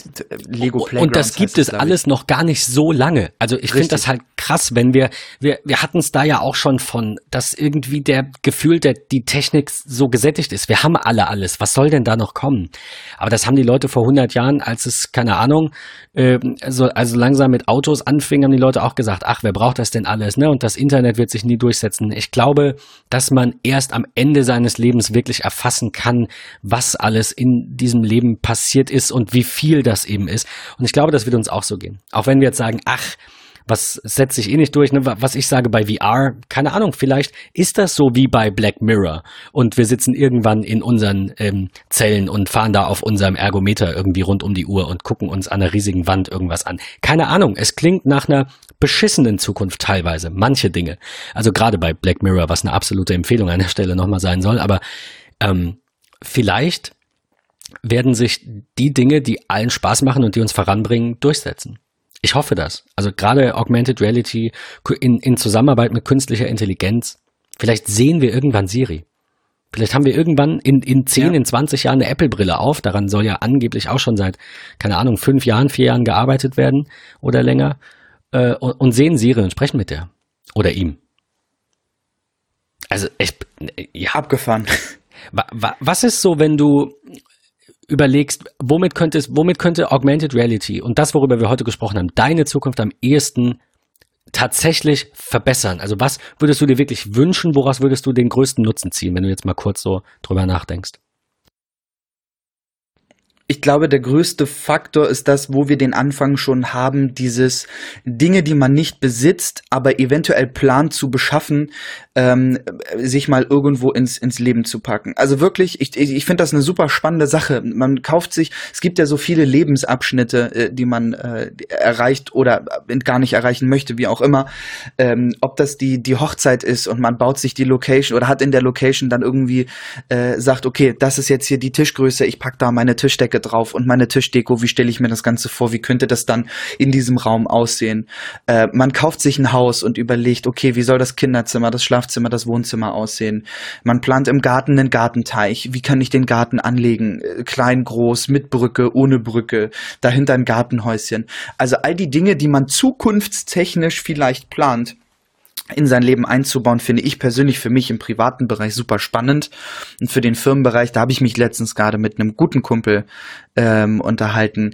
Lego Playgrounds. Und das gibt es alles noch gar nicht so lange. Also ich finde das halt krass, wenn wir, wir, wir hatten es da ja auch schon von, dass irgendwie der Gefühl, der, die Technik so gesättigt ist. Wir haben alle alles. Was soll denn da noch kommen? Aber das haben die Leute vor hundert Jahren, als es, keine Ahnung, äh, also, also langsam mit Autos anfing, haben die Leute auch gesagt, ach, wer braucht das denn alles? Ne? Und das Internet wird sich nie durchsetzen. Ich glaube, dass man erst am Ende seines Lebens wirklich erfassen kann, was alles in diesem Leben passiert ist und wie viel das eben ist. Und ich glaube, das wird uns auch so gehen. Auch wenn wir jetzt sagen, ach, was setzt sich eh nicht durch, ne? Was ich sage bei V R, keine Ahnung, vielleicht ist das so wie bei Black Mirror und wir sitzen irgendwann in unseren ähm, Zellen und fahren da auf unserem Ergometer irgendwie rund um die Uhr und gucken uns an einer riesigen Wand irgendwas an. Keine Ahnung, es klingt nach einer beschissenen Zukunft teilweise, manche Dinge. Also gerade bei Black Mirror, was eine absolute Empfehlung an der Stelle nochmal sein soll, aber ähm, vielleicht werden sich die Dinge, die allen Spaß machen und die uns voranbringen, durchsetzen. Ich hoffe das. Also gerade Augmented Reality in, in Zusammenarbeit mit künstlicher Intelligenz. Vielleicht sehen wir irgendwann Siri. Vielleicht haben wir irgendwann in, in zehn, ja. in zwanzig Jahren eine Apple-Brille auf. Daran soll ja angeblich auch schon seit, keine Ahnung, fünf Jahren, vier Jahren gearbeitet werden oder länger. Äh, und, und sehen Siri und sprechen mit der. Oder ihm. Also echt, ja. Abgefahren. Was ist so, wenn du überlegst, womit könnte es, womit könnte Augmented Reality und das, worüber wir heute gesprochen haben, deine Zukunft am ehesten tatsächlich verbessern? Also was würdest du dir wirklich wünschen, woraus würdest du den größten Nutzen ziehen, wenn du jetzt mal kurz so drüber nachdenkst? Ich glaube, der größte Faktor ist das, wo wir den Anfang schon haben, dieses Dinge, die man nicht besitzt, aber eventuell plant zu beschaffen, ähm, sich mal irgendwo ins ins Leben zu packen. Also wirklich, ich ich finde das eine super spannende Sache. Man kauft sich, es gibt ja so viele Lebensabschnitte, äh, die man äh, erreicht oder gar nicht erreichen möchte, wie auch immer. Ähm, ob das die die Hochzeit ist und man baut sich die Location oder hat in der Location dann irgendwie äh, sagt, okay, das ist jetzt hier die Tischgröße, ich pack da meine Tischdecke drauf und meine Tischdeko, wie stelle ich mir das Ganze vor, wie könnte das dann in diesem Raum aussehen? Äh, man kauft sich ein Haus und überlegt, okay, wie soll das Kinderzimmer, das Schlafzimmer, das Wohnzimmer aussehen? Man plant im Garten einen Gartenteich, wie kann ich den Garten anlegen? Äh, klein, groß, mit Brücke, ohne Brücke, dahinter ein Gartenhäuschen. Also all die Dinge, die man zukunftstechnisch vielleicht plant, in sein Leben einzubauen, finde ich persönlich für mich im privaten Bereich super spannend. Und für den Firmenbereich, da habe ich mich letztens gerade mit einem guten Kumpel ähm, unterhalten,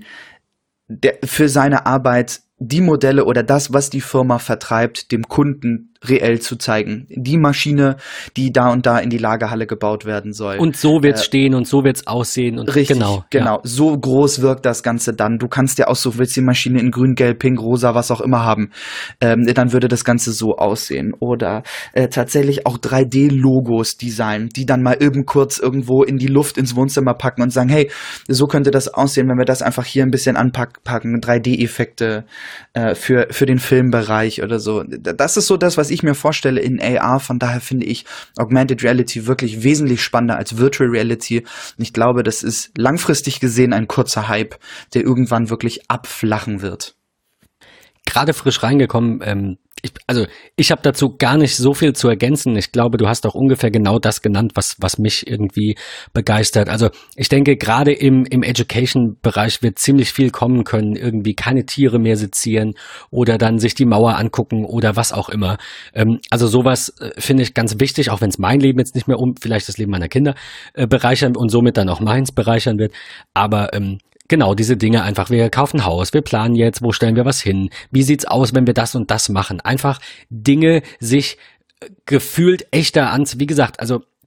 der für seine Arbeit die Modelle oder das, was die Firma vertreibt, dem Kunden reell zu zeigen. Die Maschine, die da und da in die Lagerhalle gebaut werden soll. Und so wird's äh, stehen und so wird's aussehen. Und richtig, genau. genau. Ja. So groß wirkt das Ganze dann. Du kannst ja aussuchen, willst die Maschine in grün, gelb, pink, rosa, was auch immer haben. Ähm, dann würde das Ganze so aussehen. Oder äh, tatsächlich auch drei D Logos designen, die dann mal eben kurz irgendwo in die Luft ins Wohnzimmer packen und sagen, hey, so könnte das aussehen, wenn wir das einfach hier ein bisschen anpacken, drei D Effekte äh, für, für den Filmbereich oder so. Das ist so das, was ich mir vorstelle in A R. Von daher finde ich Augmented Reality wirklich wesentlich spannender als Virtual Reality. Und ich glaube, das ist langfristig gesehen ein kurzer Hype, der irgendwann wirklich abflachen wird. Gerade frisch reingekommen, ähm, ich, also ich habe dazu gar nicht so viel zu ergänzen. Ich glaube, du hast auch ungefähr genau das genannt, was was mich irgendwie begeistert. Also ich denke, gerade im im Education-Bereich wird ziemlich viel kommen können. Irgendwie keine Tiere mehr sezieren oder dann sich die Mauer angucken oder was auch immer. Ähm, also sowas äh, finde ich ganz wichtig, auch wenn es mein Leben jetzt nicht mehr um, vielleicht das Leben meiner Kinder äh, bereichern und somit dann auch meins bereichern wird. Aber ähm, genau, diese Dinge einfach, wir kaufen ein Haus, wir planen jetzt, wo stellen wir was hin, wie sieht's aus, wenn wir das und das machen. Einfach Dinge sich gefühlt echter an, wie gesagt, also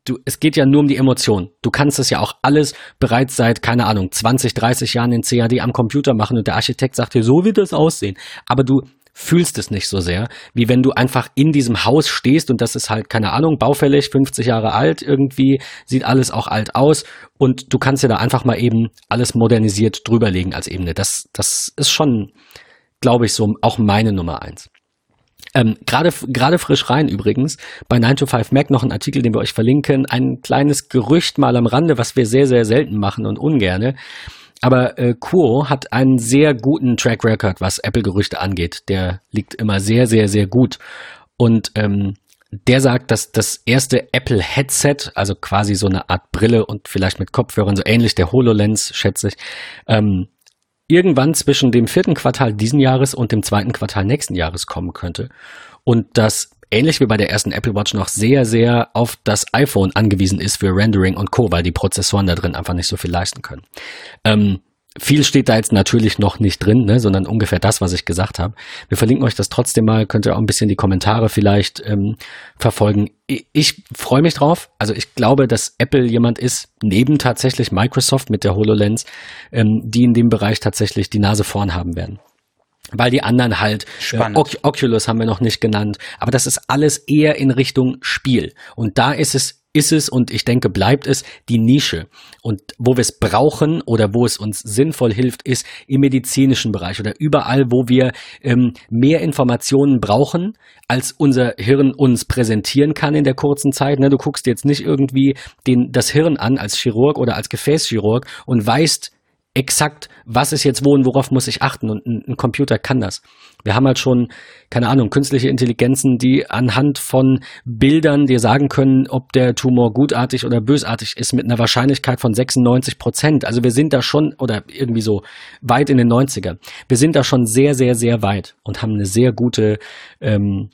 du, es geht ja nur um die Emotion. Du kannst es ja auch alles bereits seit, keine Ahnung, zwanzig, dreißig Jahren in C A D am Computer machen und der Architekt sagt dir, so wird das aussehen. Aber du fühlst es nicht so sehr, wie wenn du einfach in diesem Haus stehst und das ist halt, keine Ahnung, baufällig, fünfzig Jahre alt irgendwie, sieht alles auch alt aus und du kannst ja da einfach mal eben alles modernisiert drüberlegen als Ebene. Das, das ist schon, glaube ich, so auch meine Nummer eins. Ähm, gerade gerade frisch rein übrigens, bei nine to five Mac noch ein Artikel, den wir euch verlinken, ein kleines Gerücht mal am Rande, was wir sehr, sehr selten machen und ungerne. Aber äh, Kuo hat einen sehr guten Track Record, was Apple-Gerüchte angeht. Der liegt immer sehr, sehr, sehr gut. Und ähm, der sagt, dass das erste Apple-Headset, also quasi so eine Art Brille und vielleicht mit Kopfhörern, so ähnlich der HoloLens, schätze ich, ähm, irgendwann zwischen dem vierten Quartal diesen Jahres und dem zweiten Quartal nächsten Jahres kommen könnte. Und das ähnlich wie bei der ersten Apple Watch noch sehr, sehr auf das iPhone angewiesen ist für Rendering und Co., weil die Prozessoren da drin einfach nicht so viel leisten können. Ähm, viel steht da jetzt natürlich noch nicht drin, ne, sondern ungefähr das, was ich gesagt habe. Wir verlinken euch das trotzdem mal, könnt ihr auch ein bisschen die Kommentare vielleicht ähm, verfolgen. Ich, ich freue mich drauf. Also ich glaube, dass Apple jemand ist, neben tatsächlich Microsoft mit der HoloLens, ähm, die in dem Bereich tatsächlich die Nase vorn haben werden. Weil die anderen halt, äh, Oc- Oculus haben wir noch nicht genannt, aber das ist alles eher in Richtung Spiel. Und da ist es, ist es und ich denke, bleibt es die Nische. Und wo wir es brauchen oder wo es uns sinnvoll hilft, ist im medizinischen Bereich oder überall, wo wir ähm, mehr Informationen brauchen, als unser Hirn uns präsentieren kann in der kurzen Zeit. Ne, du guckst jetzt nicht irgendwie den, das Hirn an als Chirurg oder als Gefäßchirurg und weißt exakt, was ist jetzt wo und worauf muss ich achten und ein, ein Computer kann das. Wir haben halt schon, keine Ahnung, künstliche Intelligenzen, die anhand von Bildern dir sagen können, ob der Tumor gutartig oder bösartig ist mit einer Wahrscheinlichkeit von sechsundneunzig Prozent. Also wir sind da schon, oder irgendwie so weit in den neunziger, wir sind da schon sehr, sehr, sehr weit und haben eine sehr gute, ähm,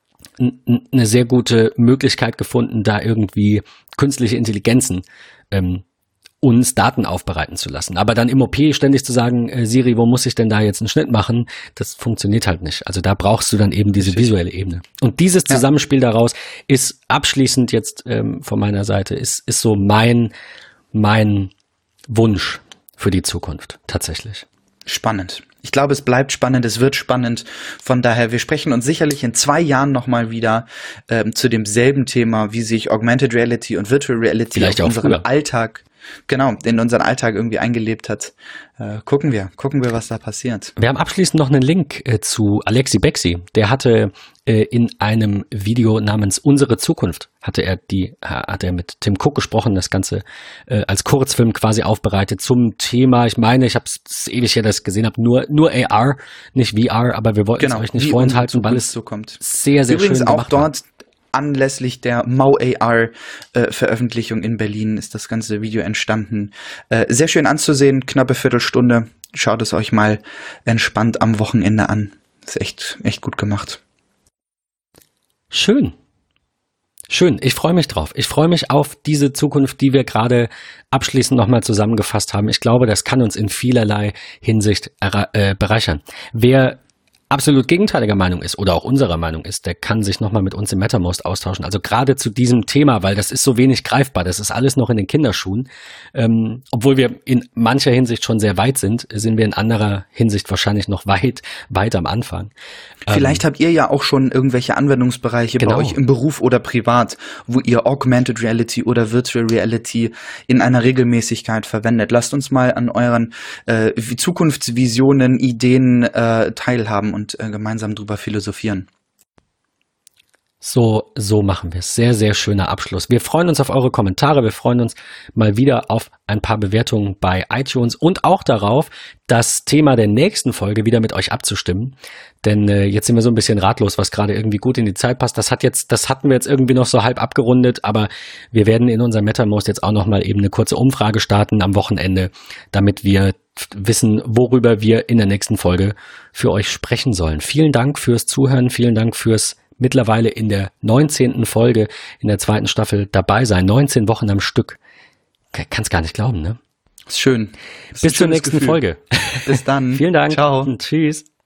eine sehr gute Möglichkeit gefunden, da irgendwie künstliche Intelligenzen ähm, uns Daten aufbereiten zu lassen. Aber dann im O P ständig zu sagen, äh, Siri, wo muss ich denn da jetzt einen Schnitt machen, das funktioniert halt nicht. Also da brauchst du dann eben diese visuelle Ebene. Und dieses Zusammenspiel ja. daraus ist abschließend jetzt ähm, von meiner Seite, ist, ist so mein, mein Wunsch für die Zukunft tatsächlich. Spannend. Ich glaube, es bleibt spannend, es wird spannend. Von daher, wir sprechen uns sicherlich in zwei Jahren nochmal wieder ähm, zu demselben Thema, wie sich Augmented Reality und Virtual Reality Vielleicht auf auch unseren früher. Alltag, genau, in unseren Alltag irgendwie eingelebt hat. Äh, gucken wir, gucken wir, was da passiert. Wir haben abschließend noch einen Link äh, zu Alexi Bexi. Der hatte äh, in einem Video namens Unsere Zukunft, hatte er die, äh, hat er mit Tim Cook gesprochen, das Ganze äh, als Kurzfilm quasi aufbereitet zum Thema. Ich meine, ich habe es ewig her, dass ich gesehen habe, nur, nur A R, nicht V R, aber wir wollten es Genau, euch nicht wie vorenthalten, weil unsere es Zukunft zukommt. sehr, sehr Übrigens schön auch gemacht war. dort anlässlich der M A U A R äh, Veröffentlichung in Berlin ist das ganze Video entstanden. Äh, sehr schön anzusehen, knappe Viertelstunde. Schaut es euch mal entspannt am Wochenende an. Ist echt, echt gut gemacht. Schön. Schön. Ich freue mich drauf. Ich freue mich auf diese Zukunft, die wir gerade abschließend nochmal zusammengefasst haben. Ich glaube, das kann uns in vielerlei Hinsicht er- äh, bereichern. Wer absolut gegenteiliger Meinung ist oder auch unserer Meinung ist, der kann sich nochmal mit uns im Mattermost austauschen. Also gerade zu diesem Thema, weil das ist so wenig greifbar, das ist alles noch in den Kinderschuhen. Ähm, obwohl wir in mancher Hinsicht schon sehr weit sind, sind wir in anderer Hinsicht wahrscheinlich noch weit, weit am Anfang. Vielleicht ähm, habt ihr ja auch schon irgendwelche Anwendungsbereiche genau. bei euch im Beruf oder privat, wo ihr Augmented Reality oder Virtual Reality in einer Regelmäßigkeit verwendet. Lasst uns mal an euren äh, Zukunftsvisionen, Ideen äh, teilhaben und äh, gemeinsam drüber philosophieren. So, so machen wir es. Sehr, sehr schöner Abschluss. Wir freuen uns auf eure Kommentare. Wir freuen uns mal wieder auf ein paar Bewertungen bei iTunes und auch darauf, das Thema der nächsten Folge wieder mit euch abzustimmen. Denn äh, jetzt sind wir so ein bisschen ratlos, was gerade irgendwie gut in die Zeit passt. Das hat jetzt, das hatten wir jetzt irgendwie noch so halb abgerundet, aber wir werden in unserem Mattermost jetzt auch nochmal eben eine kurze Umfrage starten am Wochenende, damit wir wissen, worüber wir in der nächsten Folge für euch sprechen sollen. Vielen Dank fürs Zuhören. Vielen Dank fürs mittlerweile in der neunzehnten Folge in der zweiten Staffel dabei sein. neunzehn Wochen am Stück. Kann's gar nicht glauben, ne? Ist schön. Ist Bis zur nächsten Gefühl. Folge. Bis dann. Vielen Dank. Ciao. Und tschüss.